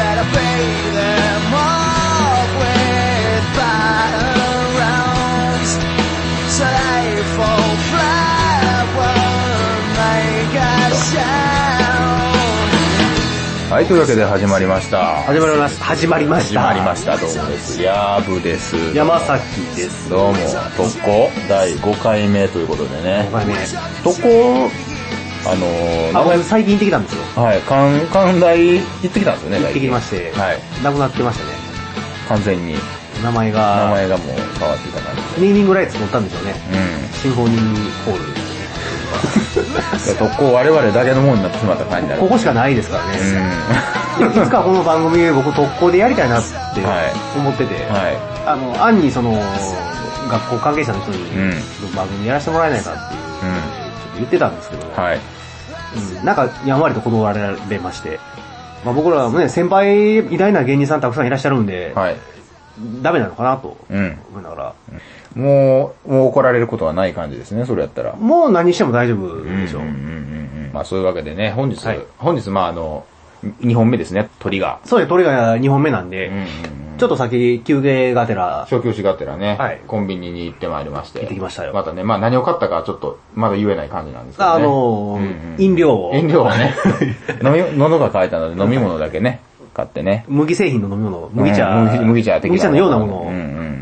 gotta pay them off with violence. So they fall flat won't make a sound. はい、というわけで始まりました。 始まりました。 どうもです。ヤブです。 山崎です。 どうも、特攻第5回目ということでね。 5回目。 特攻、 僕最近行ってきたんですよ。 はい、関大行ってきたんですよね。 行ってきまして、はい。亡くなってましたね。完全に。 名前がもう変わっていた感じ。 ネーミングライツ乗ったんでしょうね。 うん。 シンフォニーホール。 特攻我々だけのものになってしまった感じになる。 ここしかないですからね。いつかこの番組僕特攻でやりたいなって思ってて、はい、にその学校関係者の人に、番組やらせてもらえないかっていう、ちょっと言ってたんですけど、はい、なんかやんわりと断られまして、まあ、僕らもね先輩偉大な芸人さんたくさんいらっしゃるんで、はい、ダメなのかなと思いながら。 もう怒られることはない感じですね、それやったら。 もう何しても大丈夫でしょう。 まあそういうわけでね、本日まあ2本目ですね、鳥が。 そうです、鳥が2本目なんで、ちょっと先休憩がてら。 小休止がてらね、はい、コンビニに行ってまいりまして。 行ってきましたよ。 またね、まあ何を買ったかちょっとまだ言えない感じなんですけどね。 飲料をね。喉が渇いたので飲み物だけね、買ってね。 麦製品の飲み物、麦茶のようなものを。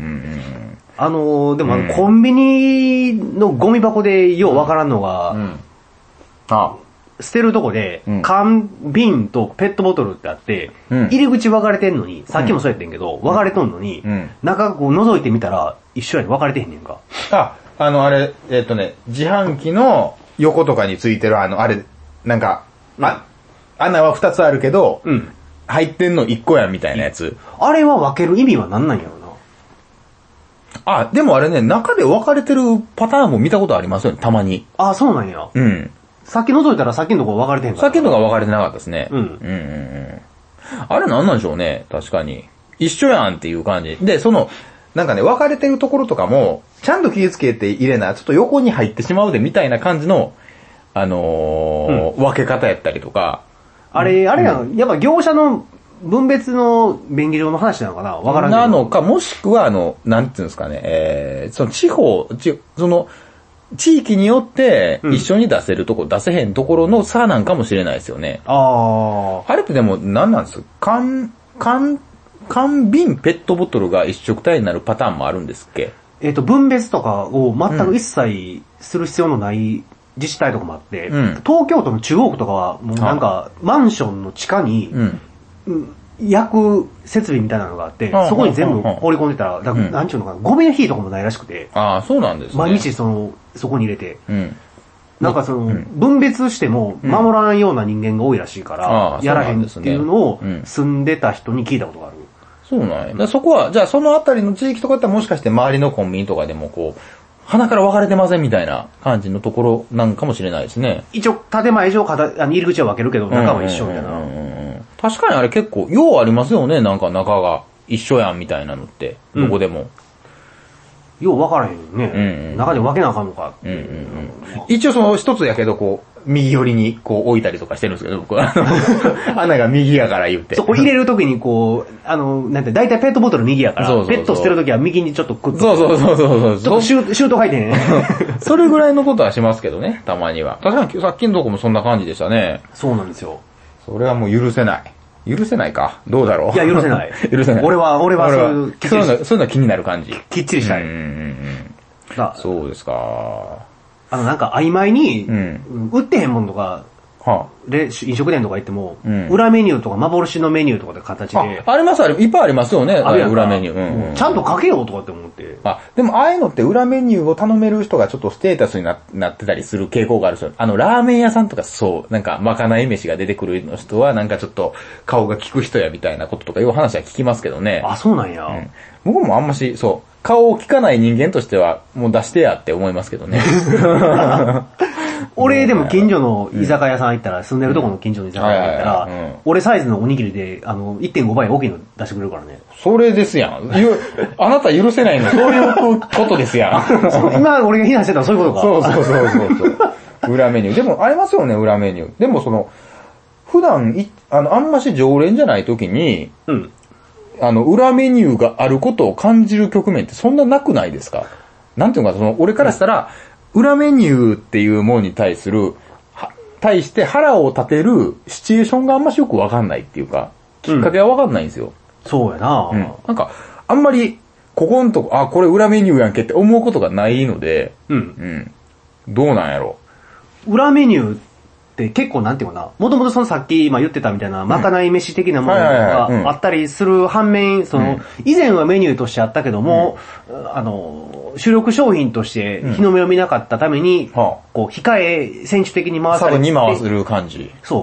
でもコンビニのゴミ箱でようわからんのが、捨てるとこで、缶、瓶とペットボトルってあって、入り口分かれてんのに、さっきもそうやってんけど、分かれとんのに、中こう覗いてみたら、一緒やに分かれてへんねんか。 あれ、自販機の横とかについてるあれ、なんか、穴は2つあるけど、入ってんの1個やみたいなやつ。 あれは分ける意味は何なんやろな。 でもあれね、中で分かれてるパターンも見たことありますよね、たまに。 そうなんや。さっき覗いたらさっきのとこ分かれてへんかった。 さっきのとこ分かれてなかったですね。あれなんなんでしょうね、確かに。一緒やんっていう感じ。で、なんかね、分かれてるところとかも、ちゃんと気をつけて入れな、ちょっと横に入ってしまうでみたいな感じの、分け方やったりとか。 あれやん、やっぱ業者の分別の便宜上の話なのかな分からんけど。 なのか、もしくはなんていうんですかね、その地域によって一緒に出せるとこ、出せへんところの差なんかもしれないですよね。あれってでも何なんですか？缶瓶ペットボトルが一色体になるパターンもあるんですっけ？ 分別とかを全く一切する必要のない自治体とかもあって、東京都の中央区とかはもうなんかマンションの地下に、焼く設備みたいなのがあって、そこに全部放り込んでたら、なんちゅうのかな、ゴミの日とかもないらしくて。 そうなんですね。 毎日そこに入れて。なんか分別しても守らんような人間が多いらしいから、やらへんっていうのを住んでた人に聞いたことがある。 そうなんや。そこは、じゃあそのあたりの地域とかだったらもしかして周りのコンビニとかでも鼻から分かれてませんみたいな感じのところなんかもしれないですね。 一応、建前上、入り口は分けるけど、中は一緒みたいな。 確かにあれ結構、ようありますよね、なんか中が一緒やんみたいなのって、どこでも。 よう分からへんよね。中で分けなあかんのか。 一応一つやけど、右寄りに置いたりとかしてるんですけど、僕は。穴が右やから言って。 これ入れるときになんて、だいたいペットボトル右やから、ペット捨てるときは右にちょっとクッと。そう。シュート入ってね。 それぐらいのことはしますけどね、たまには。確かにさっきのとこもそんな感じでしたね。 そうなんですよ。 それはもう許せない。許せないかどうだろう。 いや、許せない。 許せない。 俺はそういうの気になる感じ。 きっちりしたい。 そうですか。 なんか曖昧に、売ってへんもんとか、飲食店とか行っても、裏メニューとか幻のメニューとかで形で。 あります、いっぱいありますよね、裏メニュー。 ちゃんと書けようとかって思って。 でもああいうのって裏メニューを頼める人がちょっとステータスになってたりする傾向があるんですよ。ラーメン屋さんとかなんかまかない飯が出てくる人はなんかちょっと顔が利く人やみたいなこととかいう話は聞きますけどね。 そうなんや。 僕もあんまし、顔を利かない人間としてはもう出してやって思いますけどね。 俺でも近所の居酒屋さん行ったら、住んでるとこの近所の居酒屋行ったら、俺サイズのおにぎりで、1.5 倍大きいの出してくれるからね。 それですやん。あなた許せないの、そういうことですやん。 今俺が避難してたらそういうことか。 そう。裏メニュー。でもありますよね、裏メニュー。でも普段あんまし常連じゃない時に、 うん。 裏メニューがあることを感じる局面ってそんななくないですか？なんていうのか、俺からしたら、裏メニューっていうものに対して腹を立てるシチュエーションがあんましよくわかんないっていうか、きっかけはわかんないんですよ。 そうやな、 なんか、あんまり、ここんとこ、これ裏メニューやんけって思うことがないので、どうなんやろ。 裏メニューって結構なんていうかな、もともとそのさっき今言ってたみたいな、まかない飯的なものがあったりする反面、以前はメニューとしてあったけども、主力商品として日の目を見なかったために、こう、控え、選手的に回されて。 サブに回する感じ。 そう。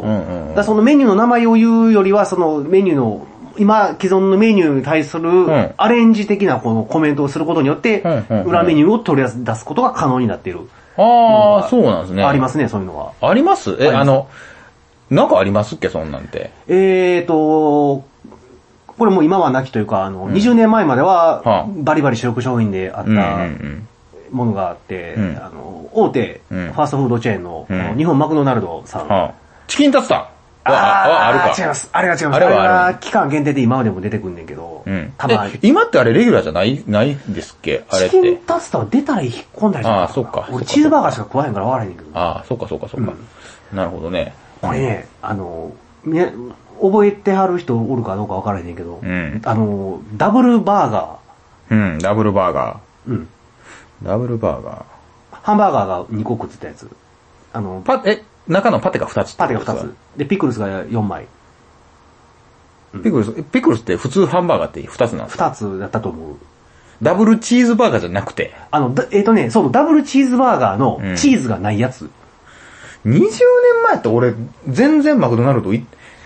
だそのメニューの名前を言うよりは、そのメニューの、今、既存のメニューに対するアレンジ的なこのコメントをすることによって、裏メニューを取り出すことが可能になっている。 ああ、そうなんですね。 ありますね、そういうのは。 あります？なんかありますっけ、そんなんて。 これもう今はなきというか、20年前までは、バリバリ主力商品であったものがあって、大手、ファーストフードチェーンの、日本マクドナルドさん。 チキンタツタあるか。 違います。あれが違います。あれは期間限定で今までも出てくんねんけど、 たまに。今ってあれレギュラーじゃないですっけ？あれって。 チキンタツタは出たら引っ込んだりじゃない。 そっか。 俺チーズバーガーしか食わへんから分からへんねんけど。 そっか。なるほどね。 これね、覚えてはる人おるかどうか分からへんねんけど、ダブルバーガー。ダブルバーガー。 ダブルバーガー。 ハンバーガーが2個くっつったやつ。 中のパテが2つ。 パテが2つ。で、ピクルスが4枚。 ピクルスって普通ハンバーガーって2つなんですか？ 2 つだったと思う。 ダブルチーズバーガーじゃなくて。 そのダブルチーズバーガーのチーズがないやつ。 20年前って俺、全然マクドナルド行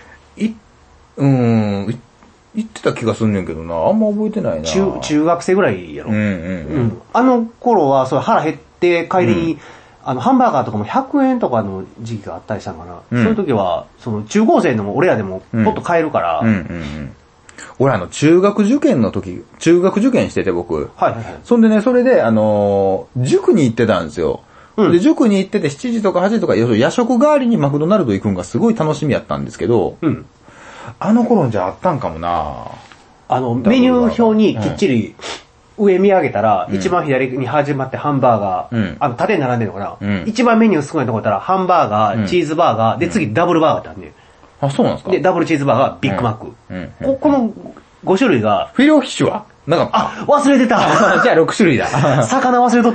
ってた気がすんねんけどな。あんま覚えてないな。 中学生ぐらいやろ。あの頃は、腹減って帰りに、ハンバーガーとかも100円とかの時期があったりしたのかな。そういう時は、中高生の俺らでもポッと買えるから。 俺中学受験してて僕。そんでね、それで塾に行ってたんですよ。で、塾に行ってて7時とか8時とか、夜食代わりにマクドナルド行くんがすごい楽しみやったんですけど、あの頃じゃあったんかもな。 メニュー表にきっちり上見上げたら、一番左に始まってハンバーガー、縦に並んでるのかな。一番メニュー少ないところだったら、ハンバーガー、チーズバーガー、で次ダブルバーガーってあるね。 そうなんですか？ で、ダブルチーズバーガー、ビッグマック。この5種類が。 フィレオフィッシュは忘れてたじゃあ6種類だ。 魚忘れとった。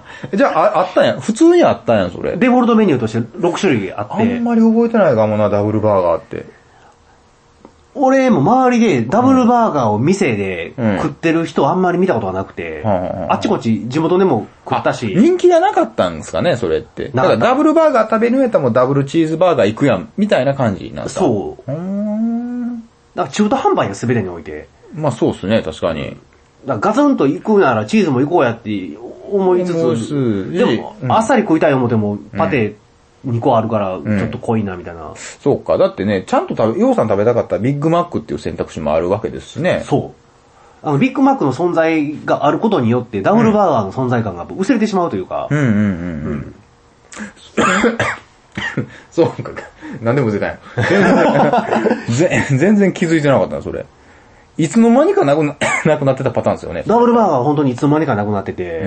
じゃあ、あったんや。普通にあったんや、それ。 デフォルトメニューとして6種類あって。 あんまり覚えてないかもな、ダブルバーガーって。 俺も周りでダブルバーガーを店で食ってる人あんまり見たことがなくて、あっちこっち地元でも食ったし。 人気がなかったんですかね、それって。だからダブルバーガー食べるんやったらもうダブルチーズバーガー行くやん、みたいな感じなんですか？ そう。だから中途販売が全てにおいて。 そうっすね、確かに。 だからガツンと行くならチーズも行こうやって思いつつ、でも、あっさり食いたい思ってもパテ2個あるからちょっと濃いなみたいな。 そうか。だってね、ちゃんとヨウさん食べたかったらビッグマックっていう選択肢もあるわけですしね。 そう。ビッグマックの存在があることによってダブルバーガーの存在感が薄れてしまうというか。 そうか。なんでむせたんや。全然気づいてなかったな、それ。いつの間にかなくなってたパターンですよね。 ダブルバーガーは本当にいつの間にかなくなってて。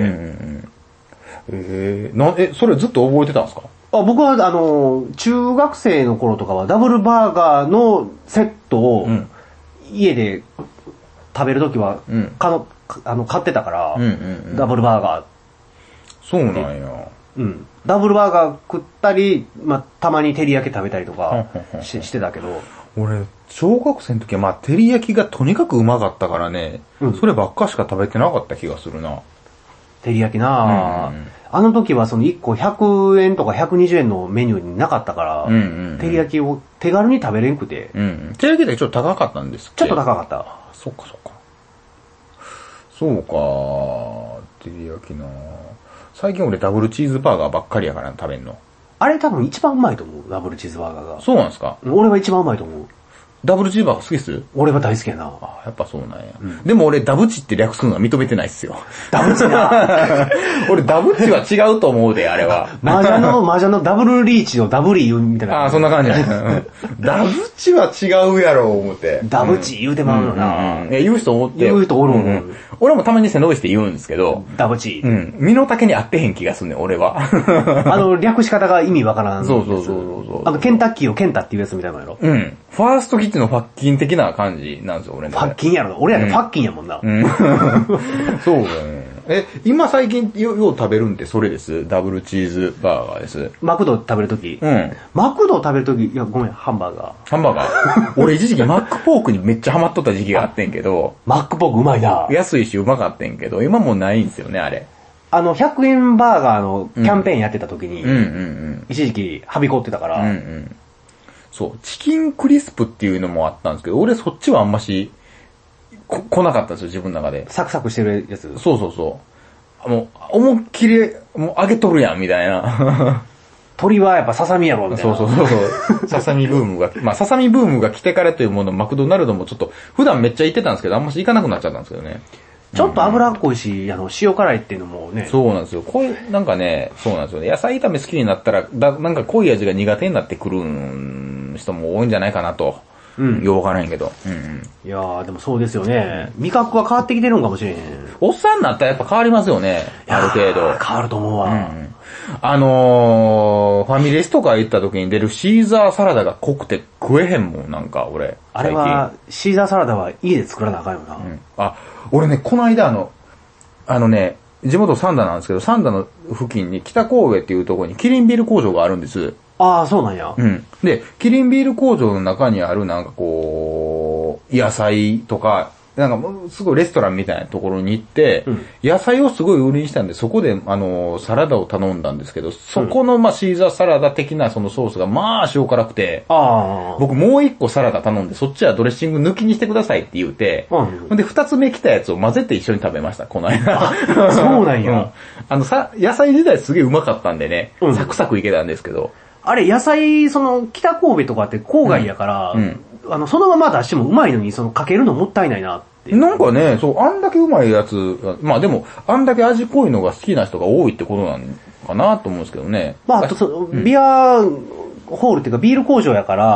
それずっと覚えてたんですか？ 僕は中学生の頃とかはダブルバーガーのセットを家で食べるときは買ってたから、ダブルバーガー。 そうなんや。 ダブルバーガー食ったり、たまに照り焼き食べたりとかしてたけど。 俺、小学生の時は照り焼きがとにかくうまかったからね、そればっかしか食べてなかった気がするな。 照り焼きなあの時はその1個100円とか120円のメニューになかったから、照り焼きを手軽に食べれんくて。 照り焼きってちょっと高かったんですっけ？ ちょっと高かった。 そっか。そうか、照り焼きな最近俺ダブルチーズバーガーばっかりやから食べんの。 あれ多分一番うまいと思う、ダブルチーズバーガーが。 そうなんですか？ 俺は一番うまいと思う。 ダブルチーバーガー好きっす？ 俺は大好きやな。 あ、やっぱそうなんや。でも俺ダブチって略すのは認めてないっすよ。 ダブチな。 俺ダブチは違うと思うで、あれは。 麻雀のダブルリーチのダブリ言うみたいな。 あ、そんな感じ。ダブチは違うやろ、思って。 ダブチ言うてまうのな。 言う人おって。 言う人おるもん。 俺もたまに背伸びして言うんですけど。 ダブチ。 身の丈に合ってへん気がすんねん、俺は。 略し方が意味わからん。 そう。 ケンタッキーをケンタっていうやつみたいなのやろ。 ファーストキッチンのファッキン的な感じなんですよ、俺の。 ファッキンやろ。俺らのファッキンやもんな。 そうだね。今最近よう食べるんってそれです。ダブルチーズバーガーです。 マクド食べるとき。マクド食べるとき、いや、ごめん、ハンバーガー俺一時期マックポークにめっちゃハマっとった時期があってんけど。 マックポークうまいな。 安いしうまかってんけど、今もうないんですよね、あれ。 100円バーガーのキャンペーンやってた時に、一時期はびこってたから、 そう、チキンクリスプっていうのもあったんですけど、俺そっちはあんまし、来なかったんですよ、自分の中で。 サクサクしてるやつ。 そう。もう、思いっきり、もう揚げとるやん、みたいな。 鳥はやっぱササミやろ、みたいな。 そう。ササミブームが、ササミブームが来てからというもの、マクドナルドもちょっと、普段めっちゃ行ってたんですけど、あんまし行かなくなっちゃったんですけどね。 ちょっと脂っこいし、塩辛いっていうのもね。 そうなんですよ。なんかね、そうなんですよね。野菜炒め好きになったら、なんか濃い味が苦手になってくる人も多いんじゃないかなと。ようわからへんけど。 いやー、でもそうですよね。味覚は変わってきてるんかもしれへん。 おっさんになったらやっぱ変わりますよね。ある程度。 変わると思うわ。 ファミレスとか行った時に出るシーザーサラダが濃くて食えへんもん、なんか俺。 あれは、シーザーサラダは家で作らなあかんよな。 俺ね、この間地元サンダなんですけど、サンダの付近に北神戸っていうところにキリンビール工場があるんです。 ああ、そうなんや。 で、キリンビール工場の中にあるなんかこう、野菜とか、なんかすごいレストランみたいなところに行って、野菜をすごい売りにしたんで、そこでサラダを頼んだんですけど、そこのシーザーサラダ的なそのソースが塩辛くて、僕もう一個サラダ頼んで、そっちはドレッシング抜きにしてくださいって言うて、で、二つ目来たやつを混ぜて一緒に食べました、この間。 そうなんや。 野菜自体すげえうまかったんでね、サクサクいけたんですけど。 あれ、野菜、北神戸とかって郊外やから、そのまま出してもうまいのに、かけるのもったいないなって。 なんかね、そう、あんだけうまいやつ、でも、あんだけ味濃いのが好きな人が多いってことなのかなと思うんですけどね。 あとビアホールっていうかビール工場やから、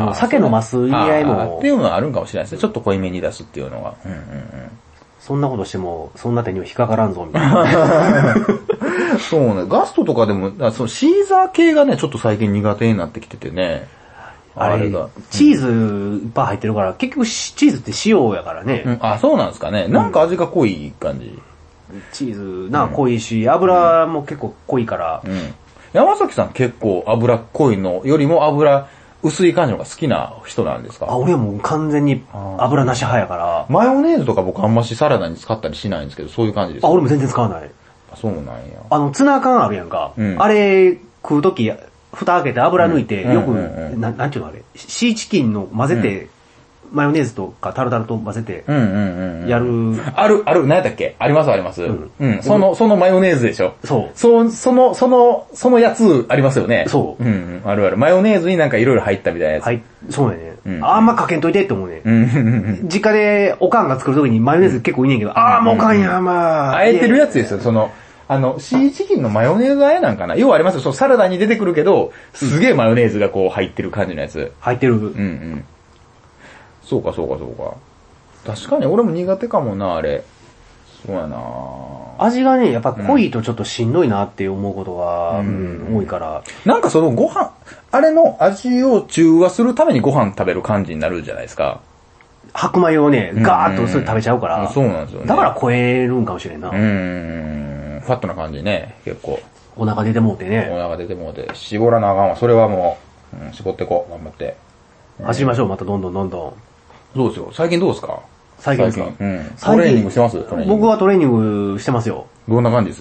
酒飲ます意味合いも。 っていうのはあるんかもしれないですね。ちょっと濃いめに出すっていうのが。 そんなことしても、そんな手には引っかからんぞ、みたいな。 そうね、ガストとかでも、シーザー系がね、ちょっと最近苦手になってきててね。 あれが。チーズいっぱい入ってるから、結局チーズって塩やからね。 そうなんですかね。なんか味が濃い感じ。 チーズ濃いし、油も結構濃いから。 山崎さん結構油濃いのよりも油薄い感じのが好きな人なんですか？ 俺はもう完全に油なし派やから。 マヨネーズとか僕あんましサラダに使ったりしないんですけど、そういう感じですか？ 俺も全然使わない。 そうなんや。 ツナ缶あるやんか。あれ食うとき、蓋開けて油抜いて、よく、なんていうのあれ、シーチキンの混ぜて、マヨネーズとかタルタルと混ぜて、やる。 ある、何やったっけ？あります。そのマヨネーズでしょ？ そう。 そのやつありますよね？ そう。 ある。マヨネーズになんかいろいろ入ったみたいなやつ。 そうやね。あんまかけんといてって思うね。実家でおかんが作るときにマヨネーズ結構いいねんけど、もうおかんや、 あえてるやつですよ、シーチキンのマヨネーズあえなんかな？要はありますよ、サラダに出てくるけど、すげえマヨネーズがこう入ってる感じのやつ。 入ってる。 そうか。確かに俺も苦手かもな、あれ。そうやな。 味がね、やっぱ濃いとちょっとしんどいなって思うことが、多いから。 なんかご飯、あれの味を中和するためにご飯食べる感じになるじゃないですか。 白米をね、ガーッとそれ食べちゃうから。 そうなんですよね。 だから超えるんかもしれんな。 ファットな感じね、結構。 お腹出てもうてね。 お腹出てもうて。絞らなあかんわ。それはもう、絞ってこう。頑張って。 走りましょう、またどんどん。 そうですよ。最近どうですか？ 最近ですか？ トレーニングしてます？ 僕はトレーニングしてますよ。 どんな感じです？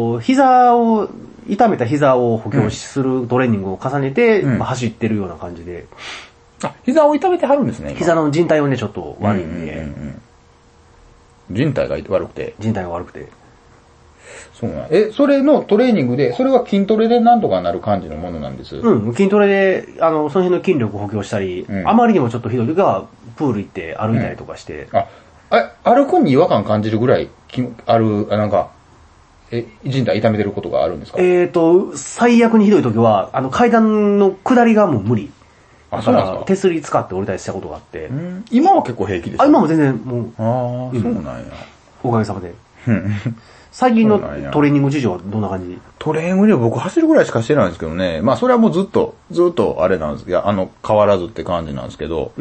痛めた膝を補強するトレーニングを重ねて、走ってるような感じで。 膝を痛めてはるんですね。 膝の靭帯をね、ちょっと悪いんで。 靭帯が悪くて。 靭帯が悪くて。 そうなん。それのトレーニングで、それは筋トレでなんとかなる感じのものなんです。 うん、筋トレで、その辺の筋力補強したり、あまりにもちょっとひどい時は、プール行って歩いたりとかして。 歩くに違和感感じるぐらい、なんか、人体痛めてることがあるんですか？ 最悪にひどい時は、階段の下りがもう無理。 そうなんですか？ 手すり使って降りたりしたことがあって。 今は結構平気ですか？ 今も全然もう。 そうなんや。 おかげさまで。最近のトレーニング事情はどんな感じ？ トレーニングで僕走るぐらいしかしてないんですけどね。まあそれはもうずっとあれなんですけど、変わらずって感じなんですけど、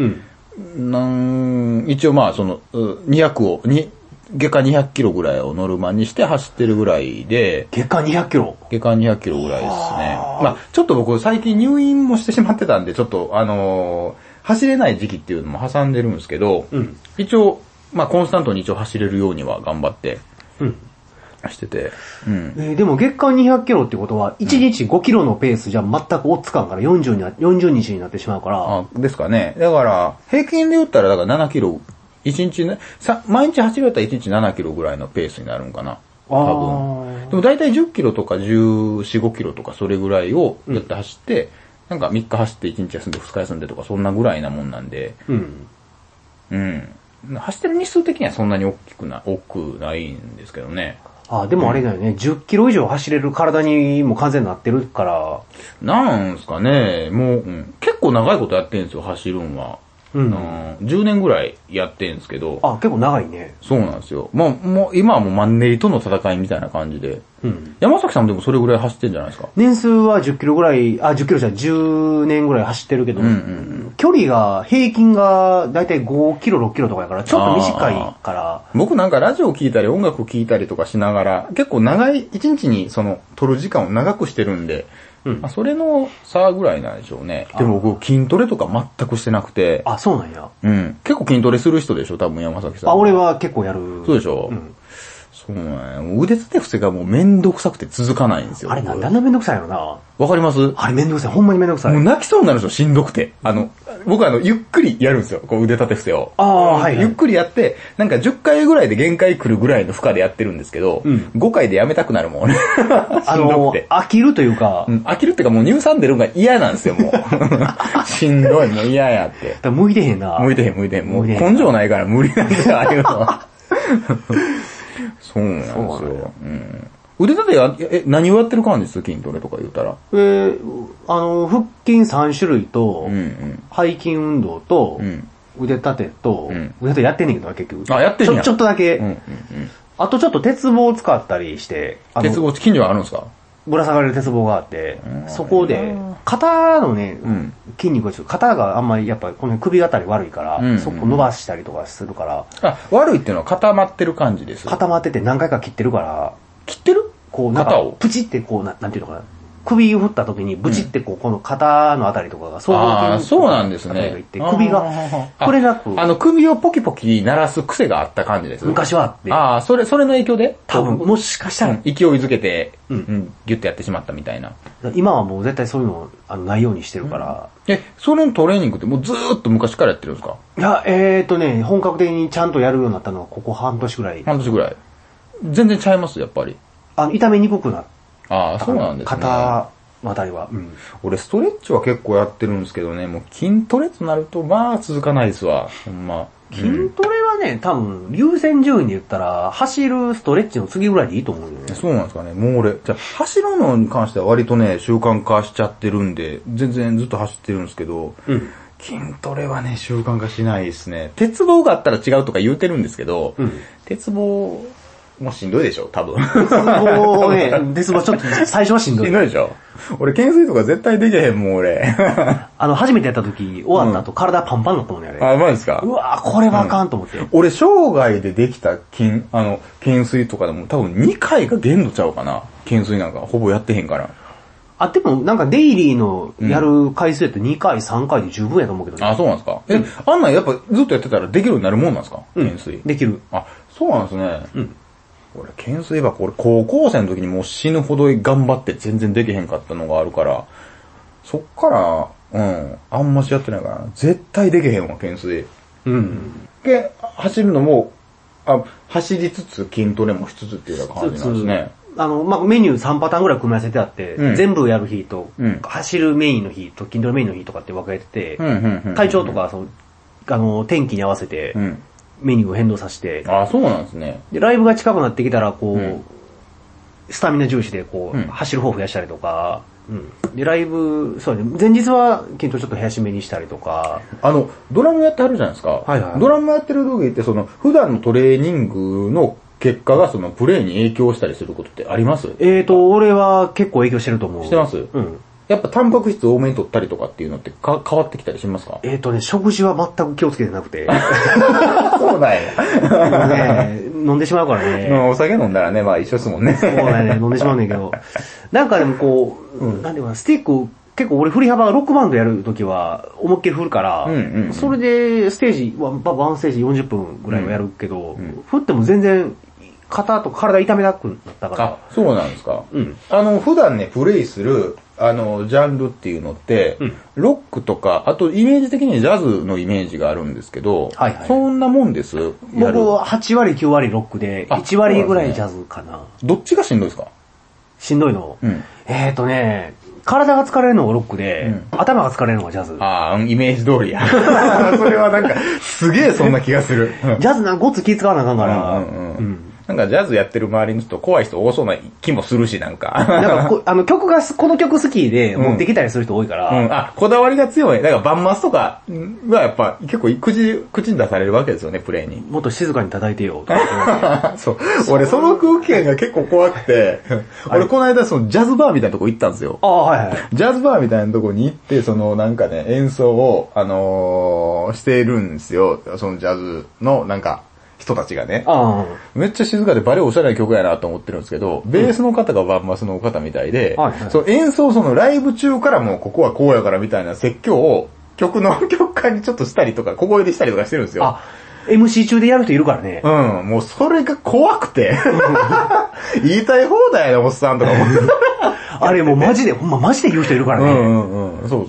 一応まあその、月間200キロぐらいをノルマにして走ってるぐらいで。 月間200キロ？ 月間200キロぐらいですね。まあちょっと僕最近入院もしてしまってたんで、ちょっと走れない時期っていうのも挟んでるんですけど、一応、まあコンスタントに一応走れるようには頑張って、してて。 でも月間200キロってことは、1日5キロのペースじゃ全く追っつかんから40日になってしまうから。 ですかね。だから、平均で言ったら、だから7キロ、1日ね、毎日走るやったら1日7キロぐらいのペースになるんかな。多分。でも大体10キロとか14、5キロとかそれぐらいをやって走って、なんか3日走って1日休んで2日休んでとかそんなぐらいなもんなんで。走ってる日数的にはそんなに多くないんですけどね。 でもあれだよね、10キロ以上走れる体にも完全になってるから。 なんすかね、もう、結構長いことやってるんですよ、走るんは。10年ぐらいやってるんですけど。 結構長いね。 そうなんですよ。もう今はもうマンネリとの戦いみたいな感じで。山崎さんでもそれぐらい走ってんじゃないですか？ 年数は10キロぐらい、10キロじゃ10年ぐらい走ってるけど、距離が、平均がだいたい5キロ、6キロとかやから、ちょっと短いから。 僕なんかラジオ聞いたり音楽聞いたりとかしながら、結構長い、1日に撮る時間を長くしてるんで、それの差ぐらいなんでしょうね。でも僕筋トレとか全くしてなくて。 そうなんや。 結構筋トレする人でしょ、多分山崎さん。 俺は結構やる。 そうでしょ？そうなんや。腕立て伏せがもうめんどくさくて続かないんですよ。 あれなんであんなめんどくさいのな。 わかります？ あれめんどくさい。ほんまにめんどくさい。 もう泣きそうになるんですよ、しんどくて。僕ゆっくりやるんですよ、こう腕立て伏せを。ゆっくりやって、なんか10回ぐらいで限界来るぐらいの負荷でやってるんですけど、5回でやめたくなるもんね。しんどくて。 飽きるというか。 飽きるっていうかもう乳酸出るのが嫌なんですよ、もう。しんどい、もう嫌やって。 向いてへんな。 向いてへん。もう根性ないから無理なんだよ、ああいうのは。そうなんですよ。腕立ては、何をやってる感じです筋トレとか言ったら。 腹筋3種類と、背筋運動と、腕立てと、腕立てやってんねんけどな、結局。 やってんねん。 ちょっとだけ。あとちょっと鉄棒を使ったりして。 鉄棒、近所はあるんですか？ ぶら下がれる鉄棒があって、そこで、肩のね、筋肉が肩があんまりやっぱこの首あたり悪いから、そこ伸ばしたりとかするから。 悪いっていうのは固まってる感じです。 固まってて何回か切ってるから。 切ってる？ こうなんかプチってこうなんていうのかな。首を振った時にブチってこう、この肩のあたりとかがそうなんですね。 首がこれなく首をポキポキ鳴らす癖があった感じです。 昔はあって。 それの影響で多分もしかしたら勢いづけてギュッとやってしまったみたいな。 今はもう絶対そういうのないようにしてるから。 それのトレーニングってもうずーっと昔からやってるんですか？ いや本格的にちゃんとやるようになったのはここ半年ぐらい。 半年ぐらい。全然ちゃいますやっぱり。 痛めにくくなって。 そうなんですね。 肩のあたりは。 俺ストレッチは結構やってるんですけどね、もう筋トレとなるとまあ続かないですわ、ほんま。 筋トレはね、多分優先順位で言ったら走るストレッチの次ぐらいでいいと思うよね。 そうなんですかね。もう俺、走るのに関しては割とね、習慣化しちゃってるんで、全然ずっと走ってるんですけど、筋トレはね、習慣化しないですね。鉄棒があったら違うとか言うてるんですけど、鉄棒、もうしんどいでしょ、多分。 鉄棒ちょっと最初はしんどい。 しんどいでしょ。俺、懸垂とか絶対できへんもん、俺。 初めてやった時、終わった後、体パンパンだったもんね、あれ。 マジですか？ うわこれはあかんと思って。 俺、生涯でできた懸垂とかでも多分2回が限度ちゃうかな。懸垂なんかほぼやってへんから。 でもなんかデイリーのやる回数って2回、3回で十分やと思うけどね。 そうなんですか？あんなんやっぱずっとやってたらできるようになるもんなんですか？懸垂。 できる。 そうなんですね。俺、懸垂は高校生の時にもう死ぬほど頑張って全然できへんかったのがあるから、そっから、あんましやってないから、絶対できへんわ、懸垂。で、走るのも、走りつつ筋トレもしつつっていう感じなんですね。 メニュー3パターンぐらい組み合わせてあって、全部やる日と、走るメインの日と、筋トレメインの日とかって分かれてて、体調とか、天気に合わせて、メニューを変動させて。 あ、そうなんですね。 で、ライブが近くなってきたら、スタミナ重視で、走る方増やしたりとか、で、ライブ、そうね、前日は筋トレちょっと早しめにしたりとか。 ドラムやってはるじゃないですか。ドラムやってる時って、普段のトレーニングの結果がプレイに影響したりすることってあります？ 俺は結構影響してると思う。 してます？やっぱタンパク質多めに取ったりとかっていうのって変わってきたりしますか？ 食事は全く気をつけてなくて。 そうだよ。 飲んでしまうからね。 お酒飲んだらね、まあ一緒ですもんね。 そうだね、飲んでしまうんだけど。なんかでもなんていうかな、スティック、結構俺振り幅ロックバンドやるときは思いっきり振るから、それでステージ、ワンステージ40分ぐらいはやるけど、振っても全然肩とか体痛めなくなったから。 あ、そうなんですか。普段ね、プレイする、ジャンルっていうのって、ロックとか、あとイメージ的にジャズのイメージがあるんですけど、そんなもんです？ 僕は8割9割ロックで、1割ぐらいジャズかな。 どっちがしんどいですか？ しんどいの？体が疲れるのがロックで、頭が疲れるのがジャズ。 ああ、イメージ通りや。それはなんか、すげえそんな気がする。 ジャズなんかごっつ気使わなあかんから、 なんかジャズやってる周りの人怖い人多そうな気もするし、なんか。 なんかこの曲好きで持ってきたりする人多いから。 こだわりが強い。だからバンマスとかはやっぱ結構口に出されるわけですよね、プレイに。 もっと静かに叩いてよ、とか。 そう。俺その空気感が結構怖くて、俺この間ジャズバーみたいなとこ行ったんですよ。ジャズバーみたいなとこに行って、なんかね、演奏を、しているんですよ。そのジャズのなんか、人たちがね。めっちゃ静かでバレおしゃれな曲やなと思ってるんですけど、ベースの方がバンマスの方みたいで、その演奏ライブ中からもうここはこうやからみたいな説教を曲間にちょっとしたりとか、小声でしたりとかしてるんですよ。 MC 中でやる人いるからね。 もうそれが怖くて。言いたい放題やな、おっさんとか思って。 あれもうマジで言う人いるからね。 そう。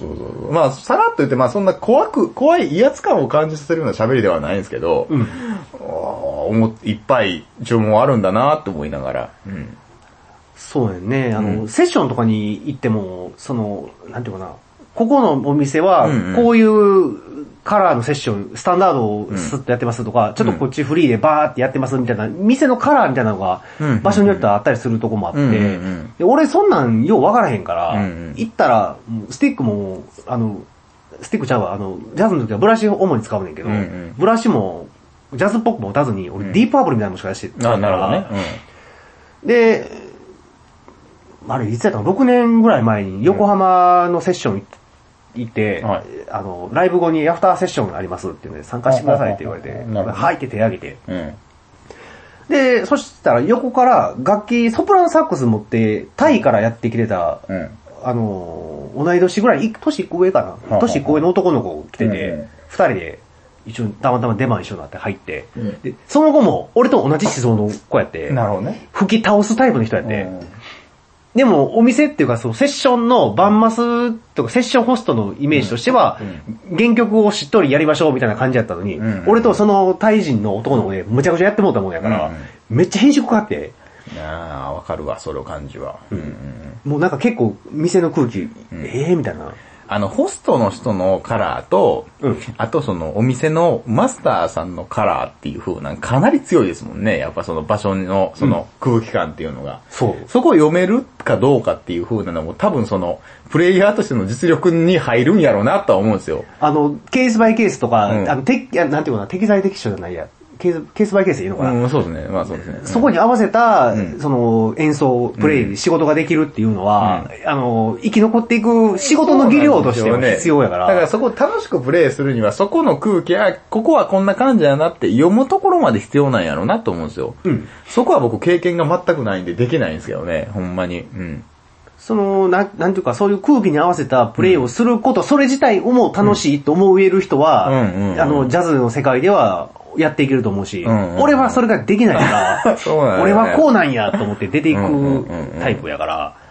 まあ、さらっと言って、まあそんな怖い威圧感を感じさせるような喋りではないんですけど、いっぱい注文あるんだなって思いながら。 そうやね。セッションとかに行っても、なんていうかな、ここのお店は、こういうカラーのセッション、スタンダードをスッとやってますとか、ちょっとこっちフリーでバーってやってますみたいな、店のカラーみたいなのが、場所によってはあったりするとこもあって、で俺そんなんようわからへんから、行ったら、スティックも、スティックちゃうわ、ジャズの時はブラシを主に使うねんけど、ブラシも、ジャズっぽく持たずに、俺ディープアープルみたいなのしか出してたから、で、あれいつやったの ?6 年ぐらい前に横浜のセッション行って、ライブ後にアフターセッションがありますっていうので参加してくださいって言われて、はいって手挙げて。で、そしたら横から楽器、ソプラノサックス持って、タイからやってきてた、同い年ぐらい、年1個上かな。年1個上の男の子来てて、2人で一応たまたま出番一緒になって入って、でその後も俺と同じ思想の子やって、吹き倒すタイプの人やって、でもお店っていうかセッションのバンマスとかセッションホストのイメージとしては、原曲をしっとりやりましょうみたいな感じやったのに、俺とそのタイ人の男の子でむちゃくちゃやってもうたもんやから、めっちゃ編集かかって。 わかるわ、その感じは。 もうなんか結構店の空気、みたいな。 ホストの人のカラーと、あとお店のマスターさんのカラーっていう風なかなり強いですもんね。やっぱその場所の空気感っていうのが。そこを読めるかどうかっていう風なのも多分プレイヤーとしての実力に入るんやろうなとは思うんですよ。 ケースバイケースとか、なんていうかな、適材適所じゃないや。ケースバイケースでいいのかな、 そうですね。まあそうですね。 そこに合わせた、演奏、プレイ、仕事ができるっていうのは、生き残っていく仕事の技量としては必要やから。 だからそこを楽しくプレイするには、そこの空気や、ここはこんな感じやなって読むところまで必要なんやろうなと思うんですよ。そこは僕経験が全くないんでできないんですけどね、ほんまに。 なんていうか、そういう空気に合わせたプレイをすること、それ自体をも楽しいと思える人は、ジャズの世界では、やっていけると思うし、俺はそれができないから、俺はこうなんやと思って出ていくタイプやから、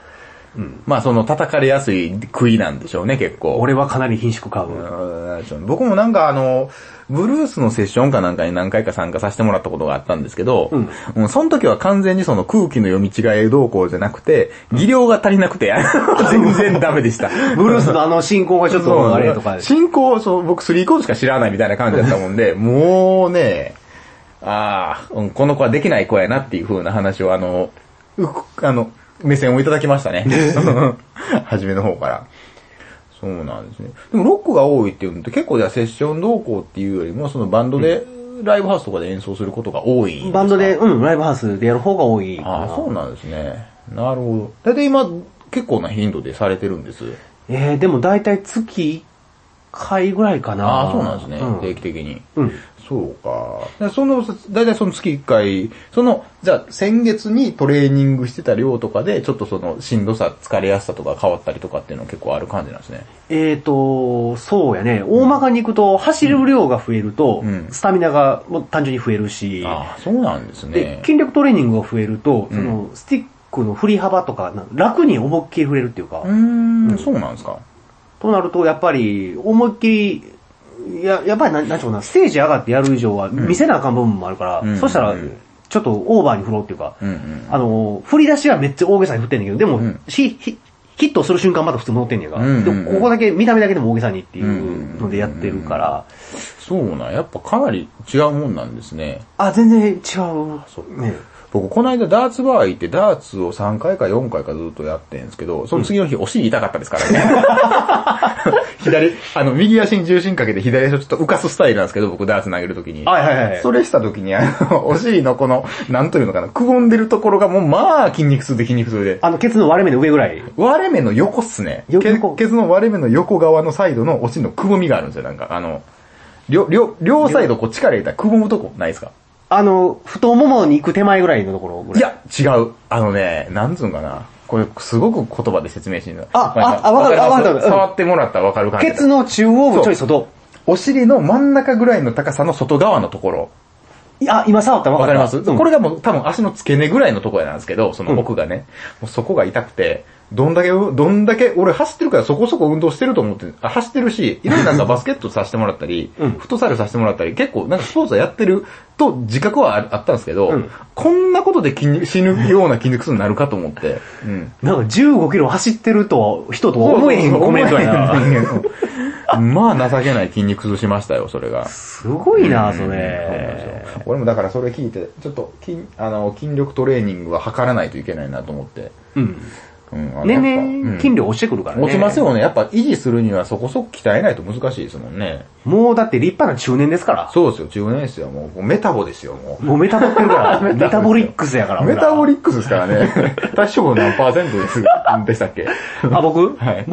まあその叩かれやすい杭なんでしょうね、結構。 俺はかなり貧縮買う。 僕もなんかブルースのセッションかなんかに何回か参加させてもらったことがあったんですけど、その時は完全にその空気の読み違いどうこうじゃなくて、技量が足りなくて、全然ダメでした。 ブルースの進行がちょっとあれとか。 進行、僕3コードしか知らないみたいな感じだったもんで、もうね、この子はできない子やなっていう風な話を目線をいただきましたね。初めの方から。そうなんですね。でもロックが多いっていうのって結構じゃあセッション同行っていうよりもそのバンドで、ライブハウスとかで演奏することが多いんですか？ バンドで、ライブハウスでやる方が多い。 そうなんですね。なるほど。だいたい今結構な頻度でされてるんです。 でもだいたい月1回ぐらいかな。 そうなんですね。定期的に。そうか。だいたいその月1回、じゃあ先月にトレーニングしてた量とかで、ちょっとそのしんどさ、疲れやすさとか変わったりとかっていうのは結構ある感じなんですね。 そうやね。大まかに行くと、走る量が増えると、スタミナが単純に増えるし。 そうなんですね。 で、筋力トレーニングが増えると、そのスティックの振り幅とか、楽に思いっきり振れるっていうか。 そうなんですか。 となると、やっぱり、思いっきり、やっぱりなんちゅうかな、ステージ上がってやる以上は見せなあかん部分もあるから、そしたら、ちょっとオーバーに振ろうっていうか、振り出しはめっちゃ大げさに振ってんねんけど、でも、ヒットする瞬間また普通戻ってんねんが、でもここだけ、見た目だけでも大げさにっていうのでやってるから。 そうなん、やっぱかなり違うもんなんですね。 全然違う。ね。 僕、この間ダーツバー行ってダーツを3回か4回かずっとやってんですけど、その次の日お尻痛かったですからね。右足に重心かけて左足をちょっと浮かすスタイルなんですけど、僕ダーツ投げるときに。それしたときにお尻のこの、なんというのかな、くぼんでるところがもう筋肉痛で。 ケツの割れ目の上ぐらい。 割れ目の横っすね。ケツの割れ目の横側のサイドのお尻のくぼみがあるんですよ、なんか。両サイドこう力入れたらくぼむとこないですか？ 太ももに行く手前ぐらいのところぐらい。 いや、違う。なんつうんかな。これ、すごく言葉で説明してる。 わかる。 触ってもらったらわかる感じ。 ケツの中央部ちょい外。 お尻の真ん中ぐらいの高さの外側のところ。 今触ったらわかります。 これがもう多分足の付け根ぐらいのところなんですけど、その奥がね。もうそこが痛くて、どんだけ、俺走ってるからそこそこ運動してると思って、走ってるし、いろいろなんかバスケットさせてもらったり、フットサルさせてもらったり、結構なんかスポーツはやってると自覚はあったんですけど、こんなことで死ぬような筋肉痛になるかと思って。 なんか15キロ走ってる人とは思えへんコメントやな。 まあ情けない筋肉痛しましたよ、それが。 すごいな、それ。 俺もだからそれ聞いて、ちょっと筋力トレーニングは測らないといけないなと思って。 年々筋量落ちてくるからね。 落ちますよね。やっぱ維持するにはそこそこ鍛えないと難しいですもんね。 もうだって立派な中年ですから。 そうですよ、中年ですよ。もうメタボですよ、 もうメタボってるから。メタボリックスやから。 メタボリックスですからね。体脂肪何%でしたっけ？ 僕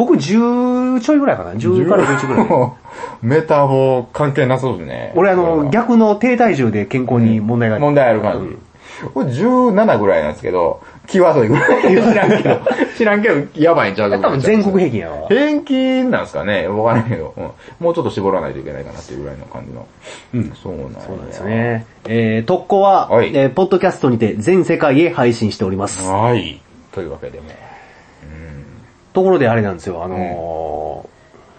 10ちょいぐらいかな。10から11ぐらい。 メタボ関係なそうですね。 俺逆の低体重で健康に問題がある。 問題ある感じ。これ17ぐらいなんですけど、際どいぐらい。知らんけど、やばいんちゃうか。 多分全国平均やわ。 平均なんですかね、わからないけど、もうちょっと絞らないといけないかなっていうぐらいの感じの。そうなんですね。特攻は、ポッドキャストにて全世界へ配信しております。 はい。というわけでも。 ところであれなんですよ、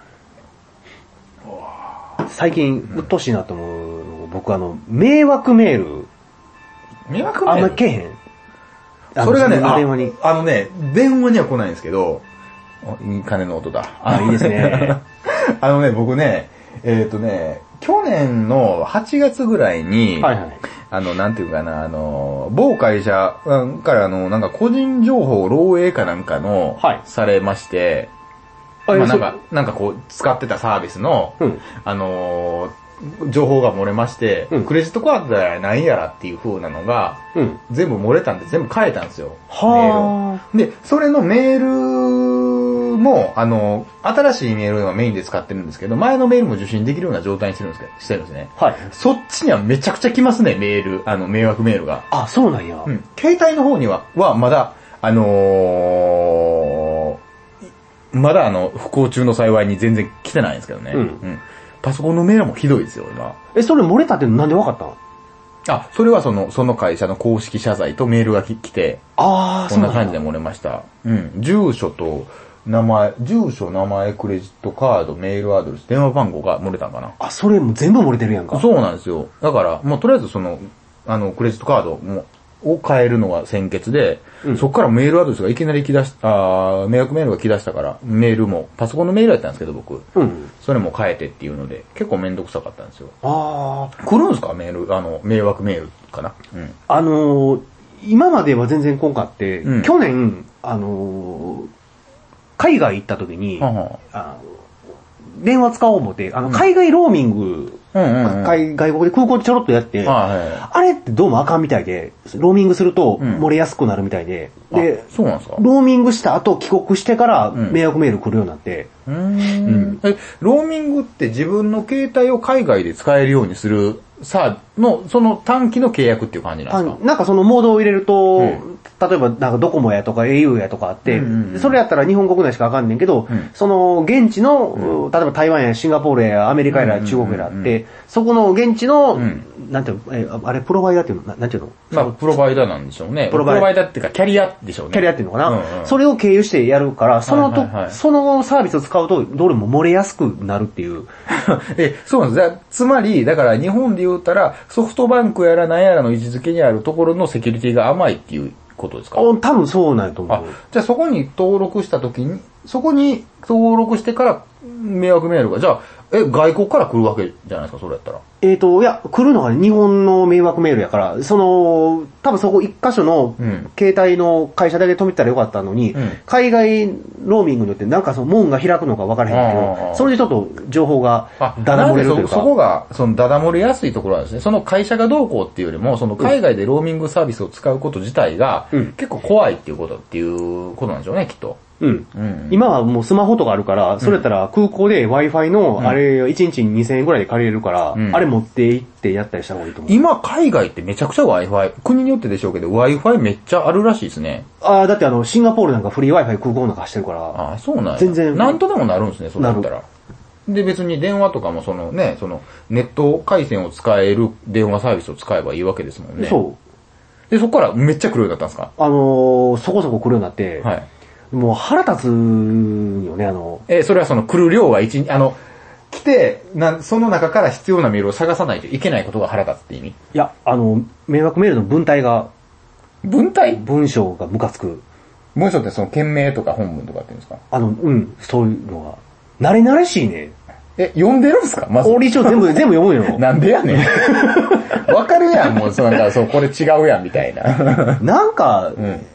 最近、うっとうしいなと思うのが、僕迷惑メール。あんまけえへん。 それがね、電話には来ないんですけど、いい鐘の音だ。 いいですね。 僕ね、去年の8月ぐらいに、なんていうかな、某会社からなんか個人情報漏洩かなんかの、されまして、なんかこう、使ってたサービスの、情報が漏れまして、クレジットカードやらないやらっていう風なのが、全部漏れたんで全部変えたんですよ。メールで、それのメールも、新しいメールはメインで使ってるんですけど、前のメールも受信できるような状態にしてるんですね。そっちにはめちゃくちゃ来ますね、メール、迷惑メールが。 そうなんや。 携帯の方にはまだ、まだ不幸中の幸いに全然来てないんですけどね。パソコンのメールもひどいですよ、今。 それ漏れたってなんで分かったの？ あ、それはその会社の公式謝罪とメールが来て、こんな感じで漏れました。うん。住所、名前、クレジットカード、メールアドレス、電話番号が漏れたんかな。 あ、それも全部漏れてるやんか。 そうなんですよ。だから、もうとりあえずクレジットカードを変えるのが先決で、そこからメールアドレスがいきなり迷惑メールが来だしたから、メールも、パソコンのメールやったんですけど僕、それも変えてっていうので、結構めんどくさかったんですよ。来るんですかメール、迷惑メールかな。 今までは全然来んかって、去年、海外行った時に、電話使おう思って、海外ローミング、外国で空港でちょろっとやって、あれってどうもあかんみたいで、ローミングすると漏れやすくなるみたいで、で、 そうなんですか？ ローミングした後帰国してから迷惑メール来るようになって。 ローミングって自分の携帯を海外で使えるようにするその短期の契約っていう感じなんですか？ なんかそのモードを入れると、例えばなんかドコモやとか au やとかあって、それやったら日本国内しかあかんねんけど、その現地の、例えば台湾やシンガポールやアメリカや中国やあって、そこの現地の、なんていうの、あれプロバイダーっていうの、なんていうの？ まあプロバイダーなんでしょうね。プロバイダーっていうかキャリアでしょうね。 キャリアっていうのかな、それを経由してやるから、そのサービスを使うとどれも漏れやすくなるっていう。 そうなんです。つまり、だから日本で言うたら、ソフトバンクやら何やらの位置づけにあるところのセキュリティが甘いっていうことですか？ 多分そうなんやと思う。 じゃあそこに登録したときに、そこに登録してから迷惑メールが、じゃあ、外国から来るわけじゃないですか、それやったら。 いや、来るのが日本の迷惑メールやから、多分そこ一箇所の携帯の会社だけ止めたらよかったのに、海外ローミングによってなんかその門が開くのか分からへんけど、それでちょっと情報がダダ漏れるというか。 そこが、ダダ漏れやすいところなんですね。その会社がどうこうっていうよりも、その海外でローミングサービスを使うこと自体が、結構怖いっていうことなんでしょうね、きっと。今はもうスマホとかあるから、それやったら空港で Wi-Fi のあれ1日に2000円ぐらいで借りれるから、あれ持って行ってやったりした方がいいと思う。今海外ってめちゃくちゃ Wi-Fi、国によってでしょうけど Wi-Fi めっちゃあるらしいですね。 だってシンガポールなんかフリー Wi-Fi 空港なんか走ってるから。 そうなんや。 全然。 なんとでもなるんですね、そうだったら。で別に電話とかもネット回線を使える電話サービスを使えばいいわけですもんね。 そう。 で、そこからめっちゃ来るようになったんですか？ そこそこ来るようになって、もう腹立つよね、 それは来る量が来て、その中から必要なメールを探さないといけないことが腹立つって意味？ いや、迷惑メールの文体が、 文章がムカつく。 文章って件名とか本文とかって言うんですか？ そういうのが。慣れしいね。 読んでるんすか？まず。 法律書全部読むよ。 なんでやねん。わかるやん、もう、これ違うやん、みたいな。 なんか、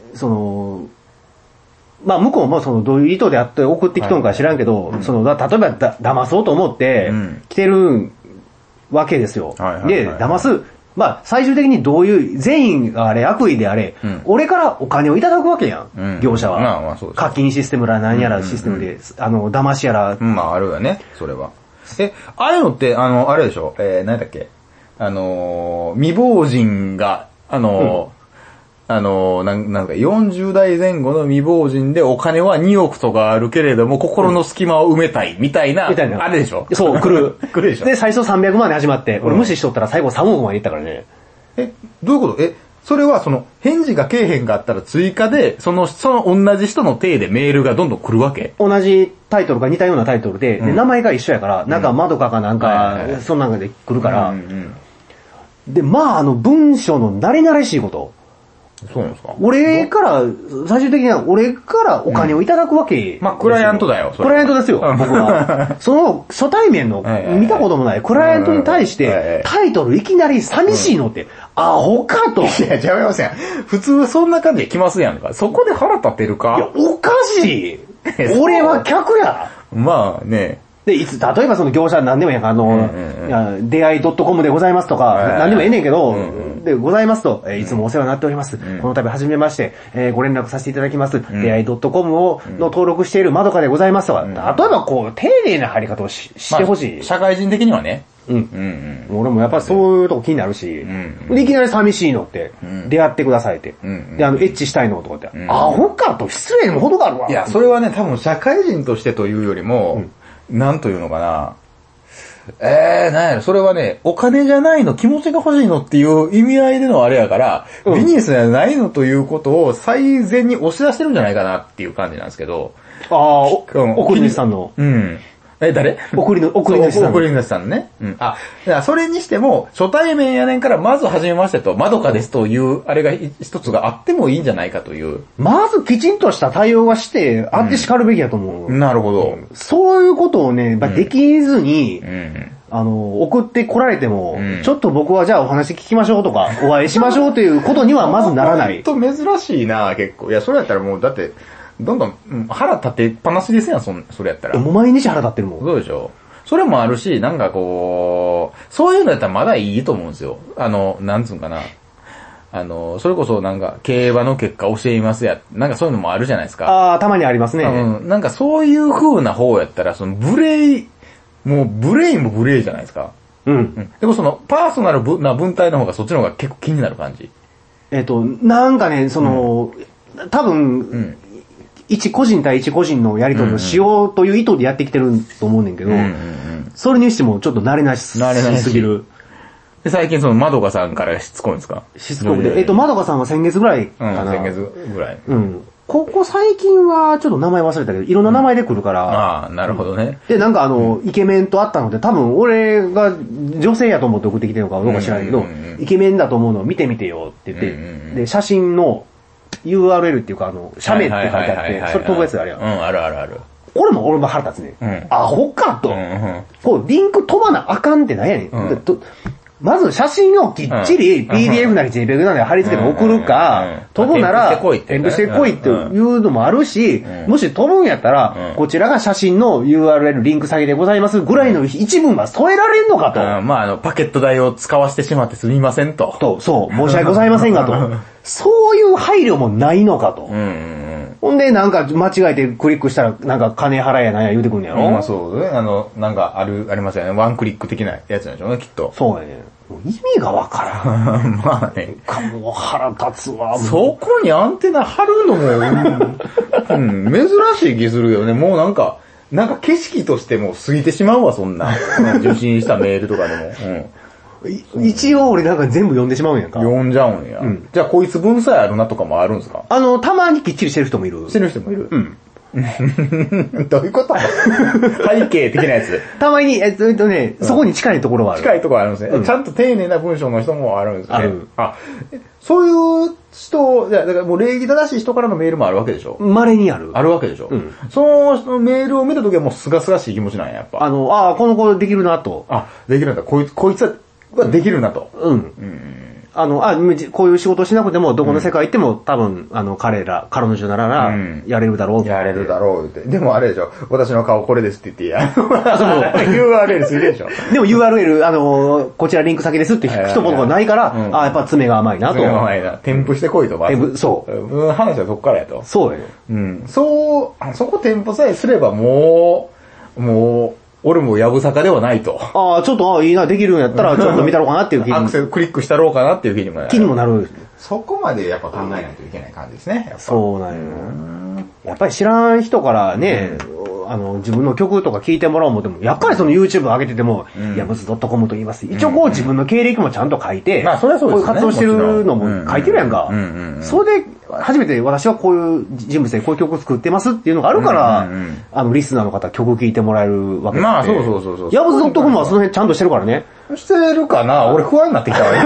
まあ向こうもどういう意図であって送ってきとんか知らんけど、例えば騙そうと思って来てるわけですよ。で、騙す、まあ最終的にどういう、善意があれ、悪意であれ、俺からお金をいただくわけやん、業者は。課金システムら何やらシステムで、騙しやら。 まああるよね、それは。ああいうのって、あれでしょ、何だっけ、未亡人が、なんか40代前後の未亡人でお金は2億とかあるけれども、心の隙間を埋めたいみたいな、あれでしょ？ そう、来るでしょ？ で、最初300万で始まって、俺無視しとったら最後3億までいったからね。 どういうこと？それは返事がけえへんかったら追加で、その同じ人の体でメールがどんどん来るわけ？ 同じタイトルか似たようなタイトルで、名前が一緒やから、なんか窓かなんか、そんなんで来るから。で、まあ文章の慣れしいこと。 そうなんですか？ 最終的には俺からお金をいただくわけ。 まあ、クライアントだよ。 クライアントですよ、僕は。初対面の見たこともないクライアントに対して、タイトルいきなり寂しいのって、アホかと。いや、違いますやん。普通そんな感じで来ますやんか。そこで腹立てるか？ いや、おかしい。俺は客や。 まあね。 で、例えば業者何でもいいやん出会い .com でございますとか、何でもええねんけど、で、ございますと、いつもお世話になっております。この度はじめまして、ご連絡させていただきます。出会い .com の登録しているまどかでございますとか、例えば丁寧な入り方をしてほしい。 社会人的にはね。 俺もやっぱそういうとこ気になるし、でいきなり寂しいのって、出会ってくださいって。で、エッチしたいのとかって、アホかと失礼にも程があるわ。 いや、それはね、多分社会人としてというよりも、なんというのかな。 なんやろ、それはね、お金じゃないの、気持ちが欲しいのっていう意味合いでのあれやから、ビジネスじゃないのということを最善に押し出してるんじゃないかなっていう感じなんですけど。 送り主さんの。 うん。誰送り主さん。 送り主さんね。うん。それにしても、初対面やねんから、まず初めましてと、まどかですという、あれが一つがあってもいいんじゃないかという。 まずきちんとした対応がして、あって叱るべきだと思う。 なるほど。 そういうことをね、できずに、送って来られても、ちょっと僕はじゃあお話聞きましょうとか、お会いしましょうということにはまずならない。 ほんと珍しいな、結構。いや、それやったらもう、だって、どんどん腹立てっぱなしですやん、それやったら。 もう毎日腹立ってるもん。 そうでしょ。それもあるし、なんかこう、そういうのやったらまだいいと思うんですよ。なんつうんかな。それこそなんか、競馬の結果教えますや、なんかそういうのもあるじゃないですか。 たまにありますね。 なんかそういう風な方やったら、そのもうブレイもブレイじゃないですか。でもその、パーソナルな文体の方がそっちの方が結構気になる感じ。 なんかね、多分、一個人対一個人のやり取りをしようという意図でやってきてると思うねんけど、それにしてもちょっと慣れなしすぎる。 で、最近そのまどかさんからしつこいんですか？ しつこくで。まどかさんは先月ぐらいかな。 先月ぐらい。 ここ最近はちょっと名前忘れたけど、いろんな名前で来るから。 なるほどね。 で、なんかイケメンと会ったので、多分俺が女性やと思って送ってきてるのかどうか知らないけど、イケメンだと思うのを見てみてよって言って、で、写真の、URL っていうか写メって書いてあって、それ飛ぶやつあるやん。 ある。 俺も腹立つね。アホかと。こう、リンク飛ばなあかんってなんやねん。まず写真をきっちり PDF なり JPEG なり貼り付けて送るか、飛ぶなら添付してこいっていうのもあるし、もし飛ぶんやったら、こちらが写真の URL リンク先でございますぐらいの一文が添えられんのかと。 パケット代を使わせてしまってすみませんと。 そう、申し訳ございませんがと。そういう配慮もないのかと。ほんで、なんか間違えてクリックしたら、なんか金払えやなんや言うてくんねやろ。 そうね。なんかありますよね。ワンクリック的なやつなんでしょうね、きっと。 そうやね。意味がわからん。 まあね。 もう腹立つわ。 そこにアンテナ張るのも、珍しい気するよね。もうなんか景色としても過ぎてしまうわ、そんな。受信したメールとかでも。 一応俺なんか全部読んでしまうんやんか。 読んじゃうんや。じゃあこいつ分さえあるなとかもあるんですか？ たまにきっちりしてる人もいる。 してる人もいる。どういうこと？背景的なやつ。 たまに、そこに近いところはある。 近いところあるんですね。ちゃんと丁寧な文章の人もあるんですね。そういう人、だからもう礼儀正しい人からのメールもあるわけでしょ？ 稀にある。 あるわけでしょ？そのメールを見たときはもうすがすがしい気持ちなんや、やっぱ。 この子できるなと。 できるんだ。こいつはできるなと。 こういう仕事しなくても、どこの世界行っても、多分、彼女なら、やれるだろう。 やれるだろうって。でもあれでしょ、私の顔これですって言って、URL するでしょ。 でも URL、こちらリンク先ですって一言がないから、やっぱ爪が甘いなと。 爪が甘いな。添付してこいと。 そう。 話はそこからやと。 そうやね。そこ添付さえすればもう、俺もやぶさかではないと。 ちょっと、いいな、できるんやったら、ちょっと見たろうかなっていう気に。 アクセルクリックしたろうかなっていう気にもなる。 気にもなる。 そこまでやっぱ考えないといけない感じですね。 そうなんよ。やっぱり知らん人からね、自分の曲とか聴いてもらおう思っても、やっぱりその YouTube 上げてても、やぶつ .com と言います。一応こう自分の経歴もちゃんと書いて、 それはそうですね。 こういう活動してるのも書いてるやんか。それで、初めて私はこういう人物でこういう曲作ってますっていうのがあるから、リスナーの方曲聴いてもらえるわけで。 そう。 やぶつ .com はその辺ちゃんとしてるからね。 してるかな？俺不安になってきたわ。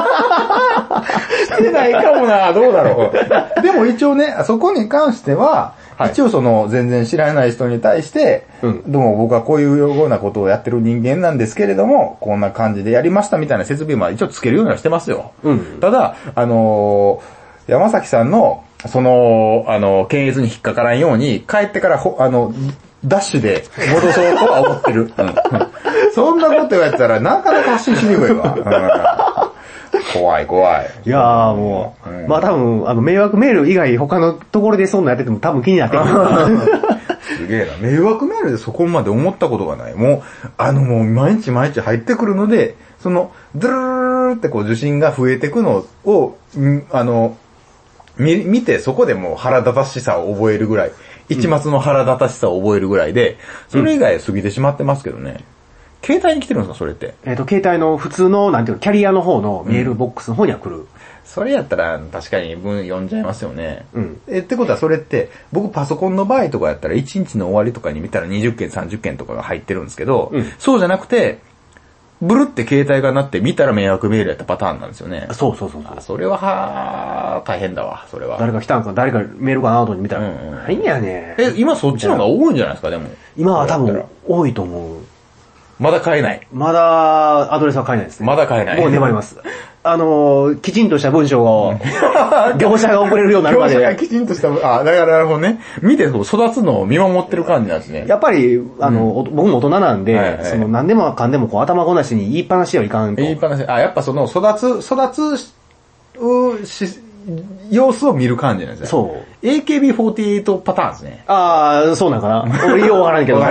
してないかもな、どうだろう。でも一応ね、そこに関しては、一応その全然知らない人に対して、どうも僕はこういうようなことをやってる人間なんですけれども、こんな感じでやりましたみたいな設備も一応つけるようにはしてますよ。ただ、山崎さんの、検閲に引っかからんように、帰ってからダッシュで戻そうとは思ってる。そんなこと言われたらなかなか発信しにくいわ。怖い。 いやーもう、多分、迷惑メール以外他のところでそんなやってても多分気になってくる。 すげえな。迷惑メールでそこまで思ったことがない。もう、もう毎日入ってくるので、ドゥルルルってこう受信が増えてくのを、見てそこでもう腹立たしさを覚えるぐらい、一末の腹立たしさを覚えるぐらいで、それ以外過ぎてしまってますけどね。 携帯に来てるんですか、それって。 携帯の普通の、なんていうの、キャリアの方のメールボックスの方には来る。 それやったら確かに文読んじゃいますよね。ってことはそれって、僕パソコンの場合とかやったら1日の終わりとかに見たら20件30件とかが入ってるんですけど、そうじゃなくて、ブルって携帯が鳴って見たら迷惑メールやったパターンなんですよね。 そう。 それは大変だわ、それは。 誰か来たんか、誰かメールかなと見たら、何やねん。今そっちの方が多いんじゃないですか、でも。 今は多分多いと思う。 まだ買えない。 まだ、アドレスは買えないですね。 まだ買えない。 もう粘ります。きちんとした文章を、業者が送れるようになるまで。業者がきちんとした、だからなるほどね。見て育つのを見守ってる感じなんですね。 やっぱり、僕も大人なんで、何でもかんでも頭ごなしに言いっぱなしはいかんと。 言いっぱなし。やっぱその育つ、様子を見る感じなんですね。 そう。 AKB48 パターンですね。 そうなんかな。俺ようわからんけど。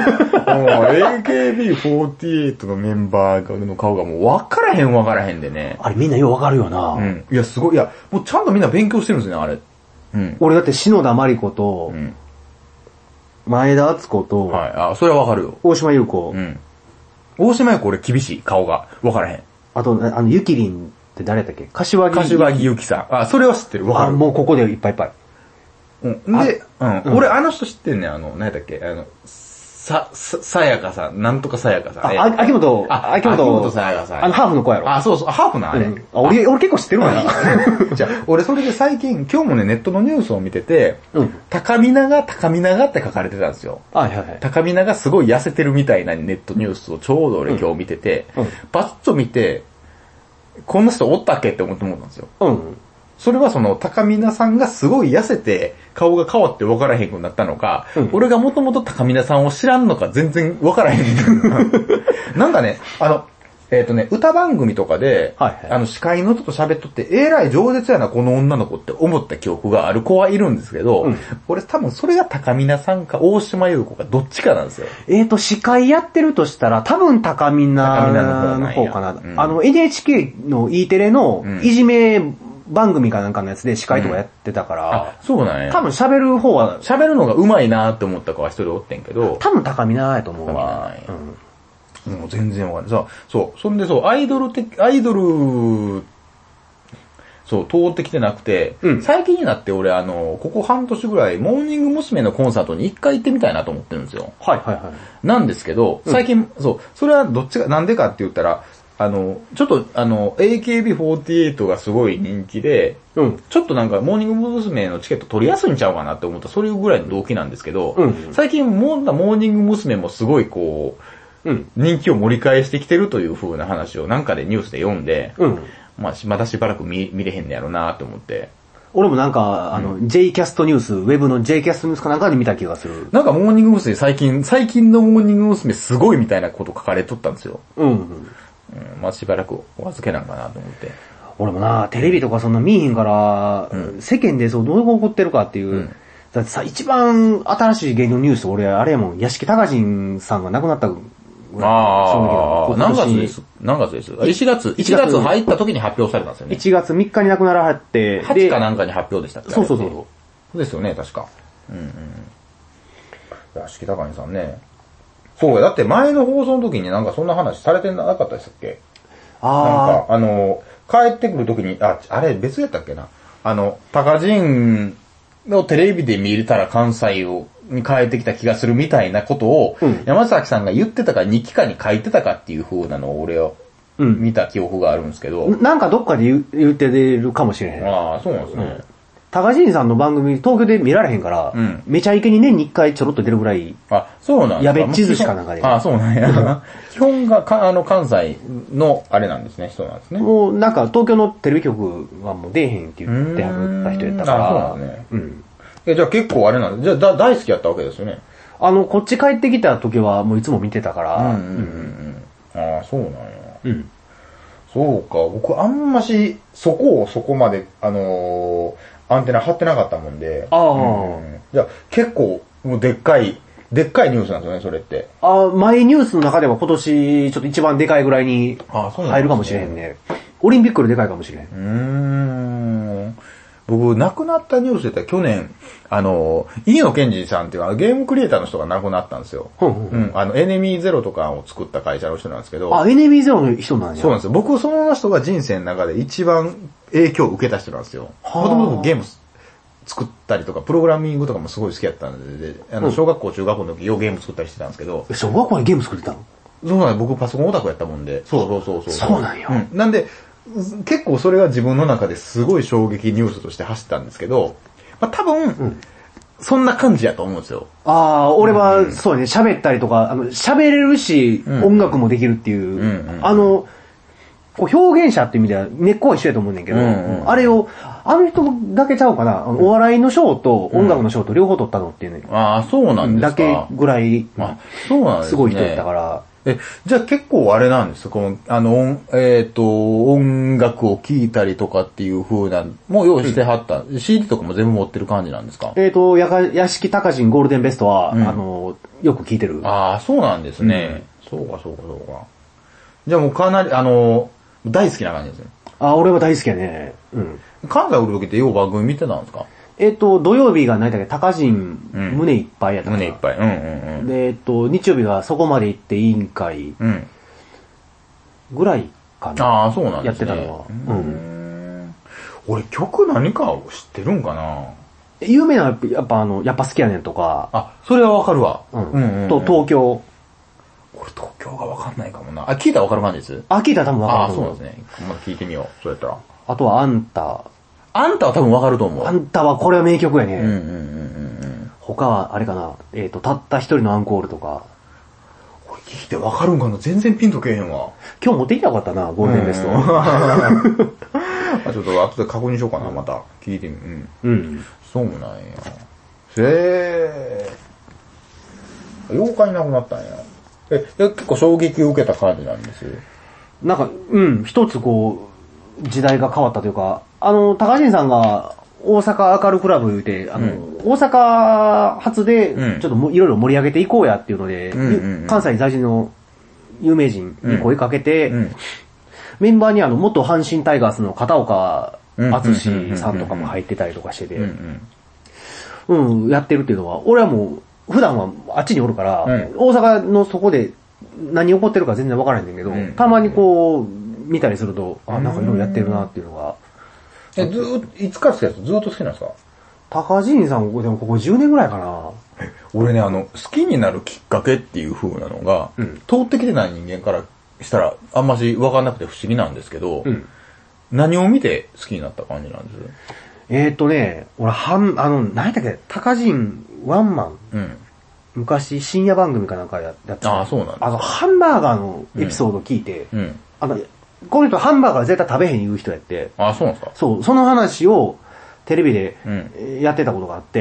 AKB48 のメンバーの顔がもう分からへんでね。 あれみんなようわかるよな。 いや、すごい。いや、もうちゃんとみんな勉強してるんですね、あれ。 俺だって篠田麻里子と、前田敦子と、 それはわかるよ。 大島優子。 大島優子俺厳しい、顔が。わからへん。 あと、ゆきりんって誰だっけ柏木由紀さん。それは知ってる。わかる。 もうここでいっぱいいっぱい。 で、俺あの人知ってんねん、何だっけ、さやかさん、なんとかさやかさん。 秋元さやかさん。ハーフの子やろ。 そう、ハーフなあれ。 俺結構知ってるわな。 じゃあ、俺それで最近、今日もね、ネットのニュースを見てて、高見長って書かれてたんですよ。高見長すごい痩せてるみたいなネットニュースをちょうど俺今日見てて、パッと見て、こんな人おったっけって思ったんですよ。それはその高見菜さんがすごい痩せて顔が変わって分からへんくなったのか、俺がもともと高見菜さんを知らんのか全然分からへん。なんかね、歌番組とかで、司会の人と喋っとって、らい饒舌やな、この女の子って思った記憶がある子はいるんですけど、俺多分それが高見菜さんか大島優子かどっちかなんですよ。 司会やってるとしたら、多分高見菜の方かな。NHK の E テレのいじめ番組かなんかのやつで司会とかやってたから、 そうなんや。 多分喋る方は、 喋るのが上手いなって思った子は一人おってんけど、 多分高見菜やと思うわ。 もう全然わかんない。そんでアイドル、通ってきてなくて、最近になって俺ここ半年ぐらい、モーニング娘。のコンサートに一回行ってみたいなと思ってるんですよ。なんですけど、最近、それはどっちが、なんでかって言ったら、ちょっとAKB48 がすごい人気で、ちょっとなんかモーニング娘。のチケット取りやすいんちゃうかなって思った、それぐらいの動機なんですけど、最近モーニング娘。もすごいこう、人気を盛り返してきてるという風な話をなんかでニュースで読んで、まだしばらく見れへんねやろなって思って。 俺もなんか、J キャストニュース、ウェブの J キャストニュースかなんかで見た気がする。 なんかモーニング娘。最近のモーニング娘。すごいみたいなこと書かれとったんですよ。しばらくお預けなんかなと思って。 俺もな、テレビとかそんな見えへんから、世間でどう起こってるかっていう、だってさ、一番新しい芸能ニュース、俺、あれやもん、屋敷隆人さんが亡くなった何月です ?1 月入った時に発表されたんですよね。 1月3日に亡くならはって、 8かなんかに発表でしたっけ？ そう。 そうですよね、確か。屋敷隆人さんね。そうや、だって前の放送の時になんかそんな話されてなかったでしたっけ？なんか、帰ってくる時に、あれ別やったっけな。高人のテレビで見れたら関西に帰ってきた気がするみたいなことを、山崎さんが言ってたか日記かに書いてたかっていう風なのを俺は見た記憶があるんですけど。 なんかどっかで言ってるかもしれへん。 そうなんですね。 高人さんの番組東京で見られへんから、めちゃイケに年に1回ちょろっと出るぐらい。 そうなんですか。 やべっち寿司かなんかで。 そうなんや。基本が関西のあれなんですね、人なんですね。 もうなんか東京のテレビ局はもう出えへんって言ってはった人やったから。 そうなんですね。じゃあ結構あれなんです。じゃあ大好きやったわけですよね。 こっち帰ってきた時はもういつも見てたから。 そうなんや。そうか、僕あんましそこまでアンテナ張ってなかったもんで。じゃあ結構もうでっかいニュースなんですよね、それって。 前ニュースの中では今年ちょっと一番でかいぐらいに入るかもしれへんね。オリンピックよりでかいかもしれへん。 僕、亡くなったニュースで言ったら去年、飯野健二さんっていうゲームクリエイターの人が亡くなったんですよ。エネミーゼロとかを作った会社の人なんですけど。 あ、エネミーゼロの人なんや。 そうなんですよ。僕、その人が人生の中で一番影響を受けた人なんですよ。もともと僕ゲーム作ったりとか、プログラミングとかもすごい好きだったんで、小学校、中学校の時、ゲーム作ったりしてたんですけど。 小学校でゲーム作ってたの？ そうなんです。僕パソコンオタクやったもんで。そう。 そうなんや。 なんで、結構それが自分の中ですごい衝撃ニュースとして走ったんですけど、まあ多分、そんな感じやと思うんですよ。 ああ、俺は、そうね、喋ったりとか、喋れるし、音楽もできるっていう、こう表現者っていう意味では根っこは一緒やと思うねんけど、あれを、あの人だけちゃうかな、お笑いの賞と音楽の賞と両方取ったのっていうね。 ああ、そうなんですか。 だけぐらい、 そうなんですね。 すごい人やったから。 じゃあ結構あれなんですよ。この、音楽を聴いたりとかっていう風な、もう用意してはった、CD とかも全部持ってる感じなんですか？ 屋敷隆人ゴールデンベストは、よく聴いてる。 ああ、そうなんですね。そうか。じゃあもうかなり、大好きな感じですね。 あ、俺は大好きやね。 関西おる時ってよう番組見てたんですか？ 土曜日が何だっけ、高人、胸いっぱいやったかな。 胸いっぱい。 で、日曜日がそこまで行って委員会、ぐらいかな。 ああ、そうなんですね。 やってたのは。 俺曲何かを知ってるんかな？ 有名な、やっぱ好きやねんとか。 あ、それはわかるわ。 と、東京。 これ東京がわかんないかもな。あ、聞いたらわかる感じです？ あ、聞いたら多分わかる。 あ、そうなんですね。まだ聞いてみよう。そうやったら。 あとはあんた。 あんたは多分わかると思う。 あんたはこれは名曲やね。他はあれかな、たった一人のアンコールとか。 これ聞いてわかるんかな？全然ピンとけえへんわ。 今日持ってきたらよかったな、ゴールデンベスト。 ちょっと後で確認しようかな、また。聞いてみる。そうなんや。妖怪なくなったんや。結構衝撃を受けた感じなんですよ。 なんか、一つこう、時代が変わったというか、高人さんが大阪明るクラブ言うて、大阪発で、ちょっといろいろ盛り上げていこうやっていうので、関西在住の有名人に声かけて、メンバーに元阪神タイガースの片岡敦さんとかも入ってたりとかしてて、やってるっていうのは、俺はもう、普段はあっちにおるから、大阪のそこで何起こってるか全然わからないんだけど、たまにこう、見たりすると、なんかいろいろやってるなっていうのが。 いつから好きですか？ずっと好きなんですか？ 高人さん、でもここ10年ぐらいかな。 俺ね、好きになるきっかけっていう風なのが、通ってきてない人間からしたら、あんまし分かんなくて不思議なんですけど、何を見て好きになった感じなんです？ 俺、何やったっけ、高人ワンマン。昔深夜番組かなんかやってた。 あ、そうなんですか。 ハンバーガーのエピソード聞いて、この人ハンバーガー絶対食べへん言う人やって。 あ、そうなんですか。 そう、その話をテレビでやってたことがあって、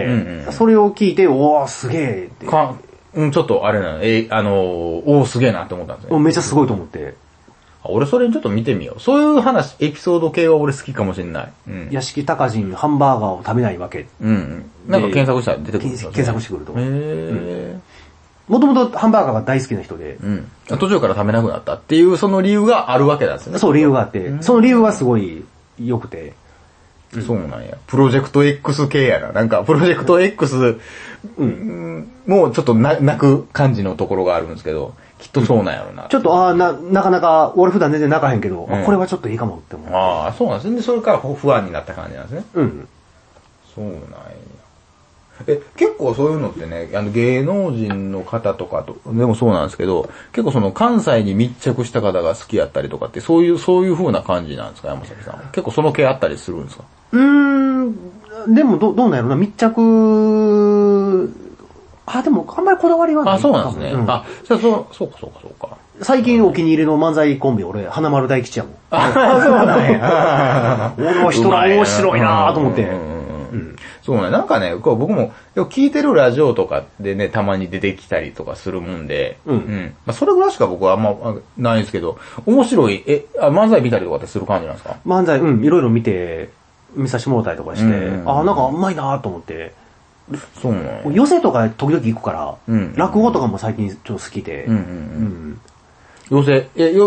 それを聞いて、おーすげえって。 ちょっとあれなの、おーすげえなって思ったんですね。 めっちゃすごいと思って。 俺それちょっと見てみよう。そういう話、エピソード系は俺好きかもしれない。 屋敷隆人ハンバーガーを食べないわけ。 なんか検索したら出てくるんですよ。検索してくると。もともとハンバーガーが大好きな人で。 途中から食べなくなったっていう、その理由があるわけなんですね。 そう、理由があって。その理由はすごい良くて。 そうなんや。プロジェクト X 系やな。なんか、プロジェクト X、もうちょっと泣く感じのところがあるんですけど、きっとそうなんやろな。 ちょっと、なかなか、俺普段全然泣かへんけど、これはちょっといいかもって思う。 ああ、そうなんですね。で、それから不安になった感じなんですね。そうなんや。結構そういうのってね、芸能人の方とかでもそうなんですけど、結構その関西に密着した方が好きやったりとかって、そういう風な感じなんですか、山崎さん。結構その系あったりするんですか？ でもどうなんやろな、密着、でもあんまりこだわりはない。 そうなんですね。そうか。 最近お気に入りの漫才コンビ、俺、花丸大吉やもん。 そうなんや。 俺の人が面白いなと思って。 そうね。なんかね、僕も聞いてるラジオとかでね、たまに出てきたりとかするもんで、それぐらいしか僕はあんまないですけど、面白い、漫才見たりとかってする感じなんですか？ 漫才、いろいろ見させてもらったりとかして、なんかうまいなと思って。 そうね。 寄席とか時々行くから、落語とかも最近ちょっと好きで。 寄席、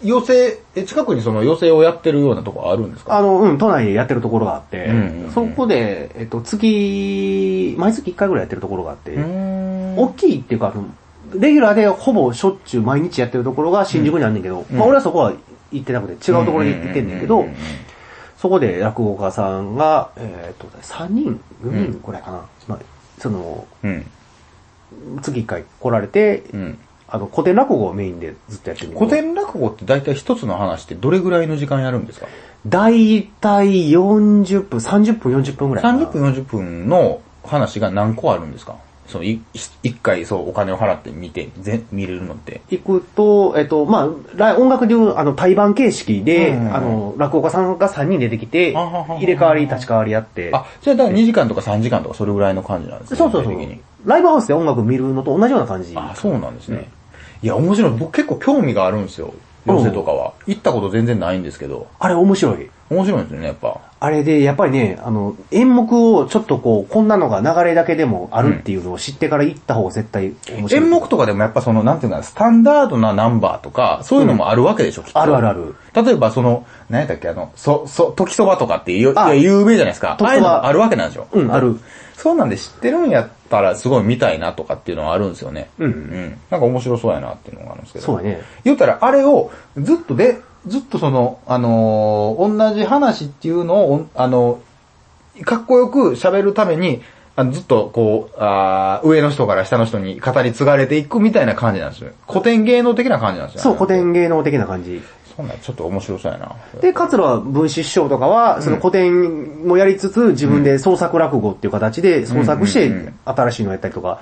寄席、近くにその寄席をやってるようなとこあるんですか？ 都内でやってるところがあって、そこで、毎月1回ぐらいやってるところがあって、大きいっていうか、レギュラーでほぼしょっちゅう毎日やってるところが新宿にあるんだけど、俺はそこは行ってなくて違うところに行ってんねんけど、そこで落語家さんが、3人、4人くらいかな。月1回来られて、古典落語をメインでずっとやってる。 古典落語って大体一つの話ってどれぐらいの時間やるんですか？ 大体40分、30分、40分ぐらい。 30分、40分の話が何個あるんですか？一回お金を払って見れるのって。 行くと、音楽でいう対バン形式で、落語家さんが3人出てきて、入れ替わり立ち替わりやって。 じゃあだから2時間とか3時間とかそれぐらいの感じなんですね。 そう。ライブハウスで音楽見るのと同じような感じ。 そうなんですね。いや、面白い。僕結構興味があるんですよ。寄席とかは。行ったこと全然ないんですけど。 あれ面白い。 面白いですよね、やっぱ。 あれで、やっぱりね、演目をちょっとこんなのが流れだけでもあるっていうのを知ってから行った方が絶対面白い。 演目とかでもやっぱなんていうか、スタンダードなナンバーとか、そういうのもあるわけでしょ、きっと。 ある。 例えば何やったっけ、時そばとかって有名じゃないですか。ああいうのあるわけなんですよ。 ある。 そうなんで知ってるんやったらすごい見たいなとかっていうのはあるんですよね。なんか面白そうやなっていうのがあるんですけど。 そうやね。 言ったらあれをずっと同じ話っていうのを、かっこよく喋るために、ずっと上の人から下の人に語り継がれていくみたいな感じなんですよ。古典芸能的な感じなんですよ。 そう、古典芸能的な感じ。 そんなちょっと面白そうやな。 で、桂文枝師匠とかは、その古典もやりつつ、自分で創作落語っていう形で創作して、新しいのやったりとか。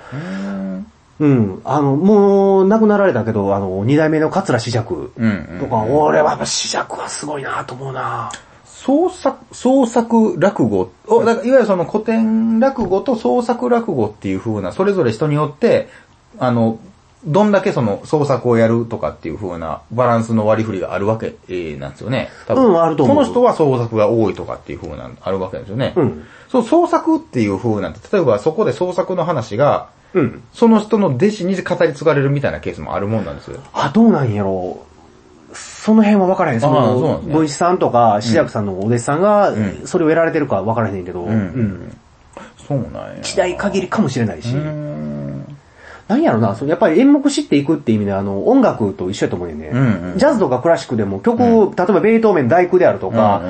もう亡くなられたけど、二代目の桂枝雀とか、俺はやっぱ枝雀はすごいなと思うな。 創作落語だからいわゆるその古典落語と創作落語っていう風な、それぞれ人によって、どんだけその創作をやるとかっていう風なバランスの割り振りがあるわけなんですよね。多分あると思う。 この人は創作が多いとかっていう風なあるわけですよね。創作っていう風なんて、例えばそこで創作の話が、その人の弟子に語り継がれるみたいなケースもあるもんなんですよ。 どうなんやろう。その辺は分からへん。文枝さんとか、枝雀さんのお弟子さんが、それをやられてるかは分からへんけど、 そうなんや。 時代限りかもしれないし。なんやろな、やっぱり演目知っていくっていう意味で音楽と一緒やと思うよね。ジャズとかクラシックでも曲、例えばベートーベン第九であるとか、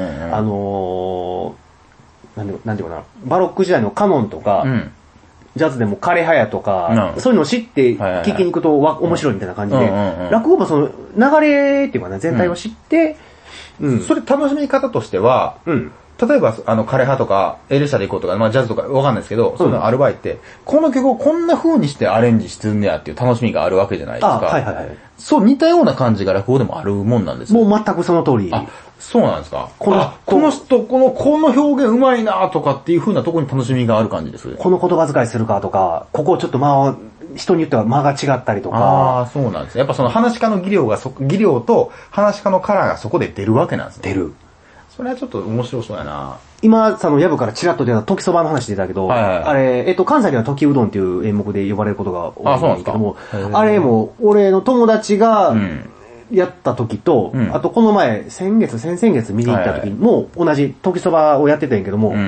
なんていうかな、バロック時代のカノンとか、ジャズでも枯葉やとか、そういうのを知って聞きに行くと面白いみたいな感じで、落語もその流れっていうかな、全体を知って、 それ楽しみ方としては、例えば、枯葉とか、列車で行こうとか、ジャズとかわかんないですけど、そういうのある場合って、この曲をこんな風にしてアレンジしてるんやっていう楽しみがあるわけじゃないですか。そう、似たような感じが落語でもあるもんなんですよ。 もう全くその通り。 そうなんですか。この人、この表現うまいなとかっていう風なところに楽しみがある感じです。 この言葉遣いするかとか、ここちょっと人によっては間が違ったりとか。 そうなんです。やっぱその話し家の技量と話し家のカラーがそこで出るわけなんですね。 出る。 それはちょっと面白そうやな。 今、ヤブからチラッと出た時そばの話出たけど、あれ、関西では時うどんっていう演目で呼ばれることが多いんですけども、あれも、俺の友達がやった時と、あとこの前、先々月見に行った時も、同じ時そばをやってたんやけども、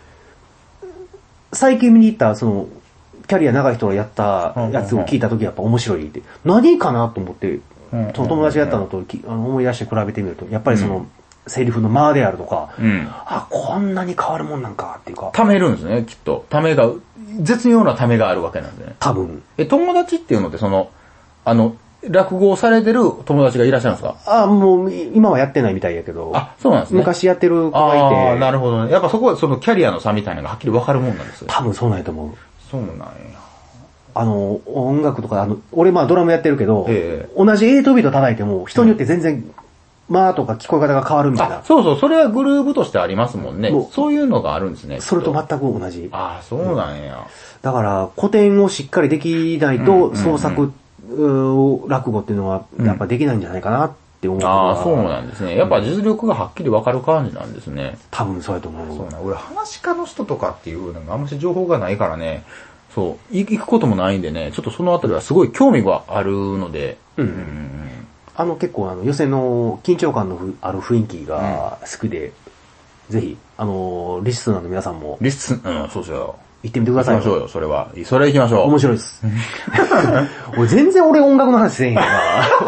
最近見に行った、キャリア長い人がやったやつを聞いた時やっぱ面白いって、何かなと思って、その友達がやったのと思い出して比べてみると、やっぱりセリフの間であるとか、こんなに変わるもんなんかっていうか。 溜めるんですね、きっと。絶妙な溜めがあるわけなんですね。 多分。 友達っていうのって落語をされてる友達がいらっしゃるんですか？ もう、今はやってないみたいやけど。 そうなんですね。 昔やってる子がいて。 なるほどね。やっぱそこはキャリアの差みたいなのがはっきり分かるもんなんですよ。 多分そうなんやと思う。 そうなんや。 音楽とか、俺ドラムやってるけど、同じ8ビート叩いても、人によって全然、とか聞こえ方が変わるみたいな。 そう、それはグルーブとしてありますもんね。そういうのがあるんですね。 それと全く同じ。 そうなんや。 だから、古典をしっかりできないと、創作落語っていうのは、やっぱできないんじゃないかなって思う。 そうなんですね。やっぱ実力がはっきり分かる感じなんですね。 多分そうやと思う。 そうな。俺、話し家の人とかっていうのがあんまし情報がないからね、行くこともないんでね、ちょっとそのあたりはすごい興味があるので、 結構予選の緊張感のある雰囲気が好きで、ぜひ、リスナーの皆さんも。 そうしよう。 行ってみてください。 行きましょうよ、それは。それ行きましょう。 面白いです。全然俺音楽の話せえへんから、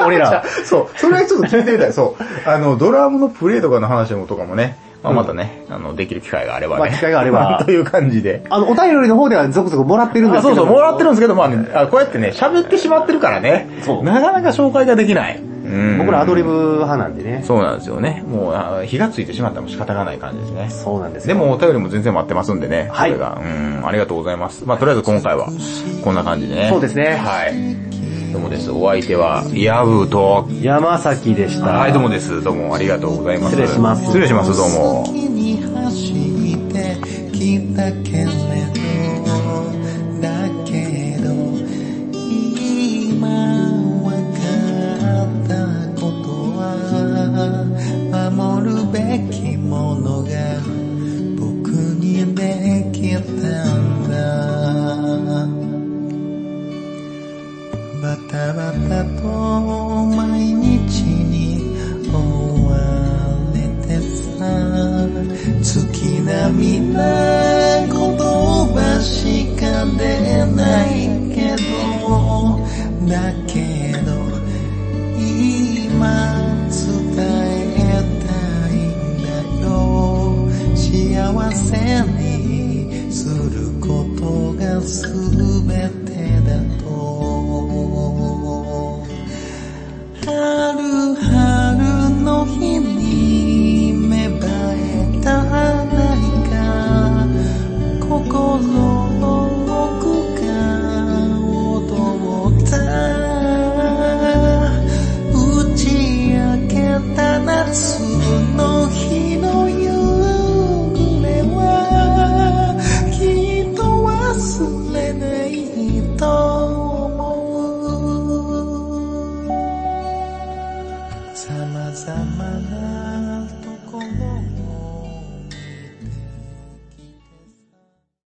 俺ら。 そう、それはちょっと聞いてみたい。そう。ドラムのプレイとかの話もとかもね、またね、できる機会があればね。 機会があれば。 という感じで。 お便りの方では続々もらってるんですけど。 そう、もらってるんですけど、こうやってね、喋ってしまってるからね。なかなか紹介ができない。 僕らアドリブ派なんでね。 そうなんですよね。もう、火がついてしまったら仕方がない感じですね。 そうなんですよ。でもお便りも全然待ってますんでね。 はい。 それが、ありがとうございます。とりあえず今回は、こんな感じでね。 そうですね。 はい。どうもです。お相手は、ヤブと、 山崎でした。 はい、どうもです。どうもありがとうございます。 失礼します。 失礼します、どうも。 守るべきものが僕にできたんだ。バタバタと毎日に追われてさ、月並みな言葉しか出ないけど、だけど今伝えたいんだよ。幸せにすることが全て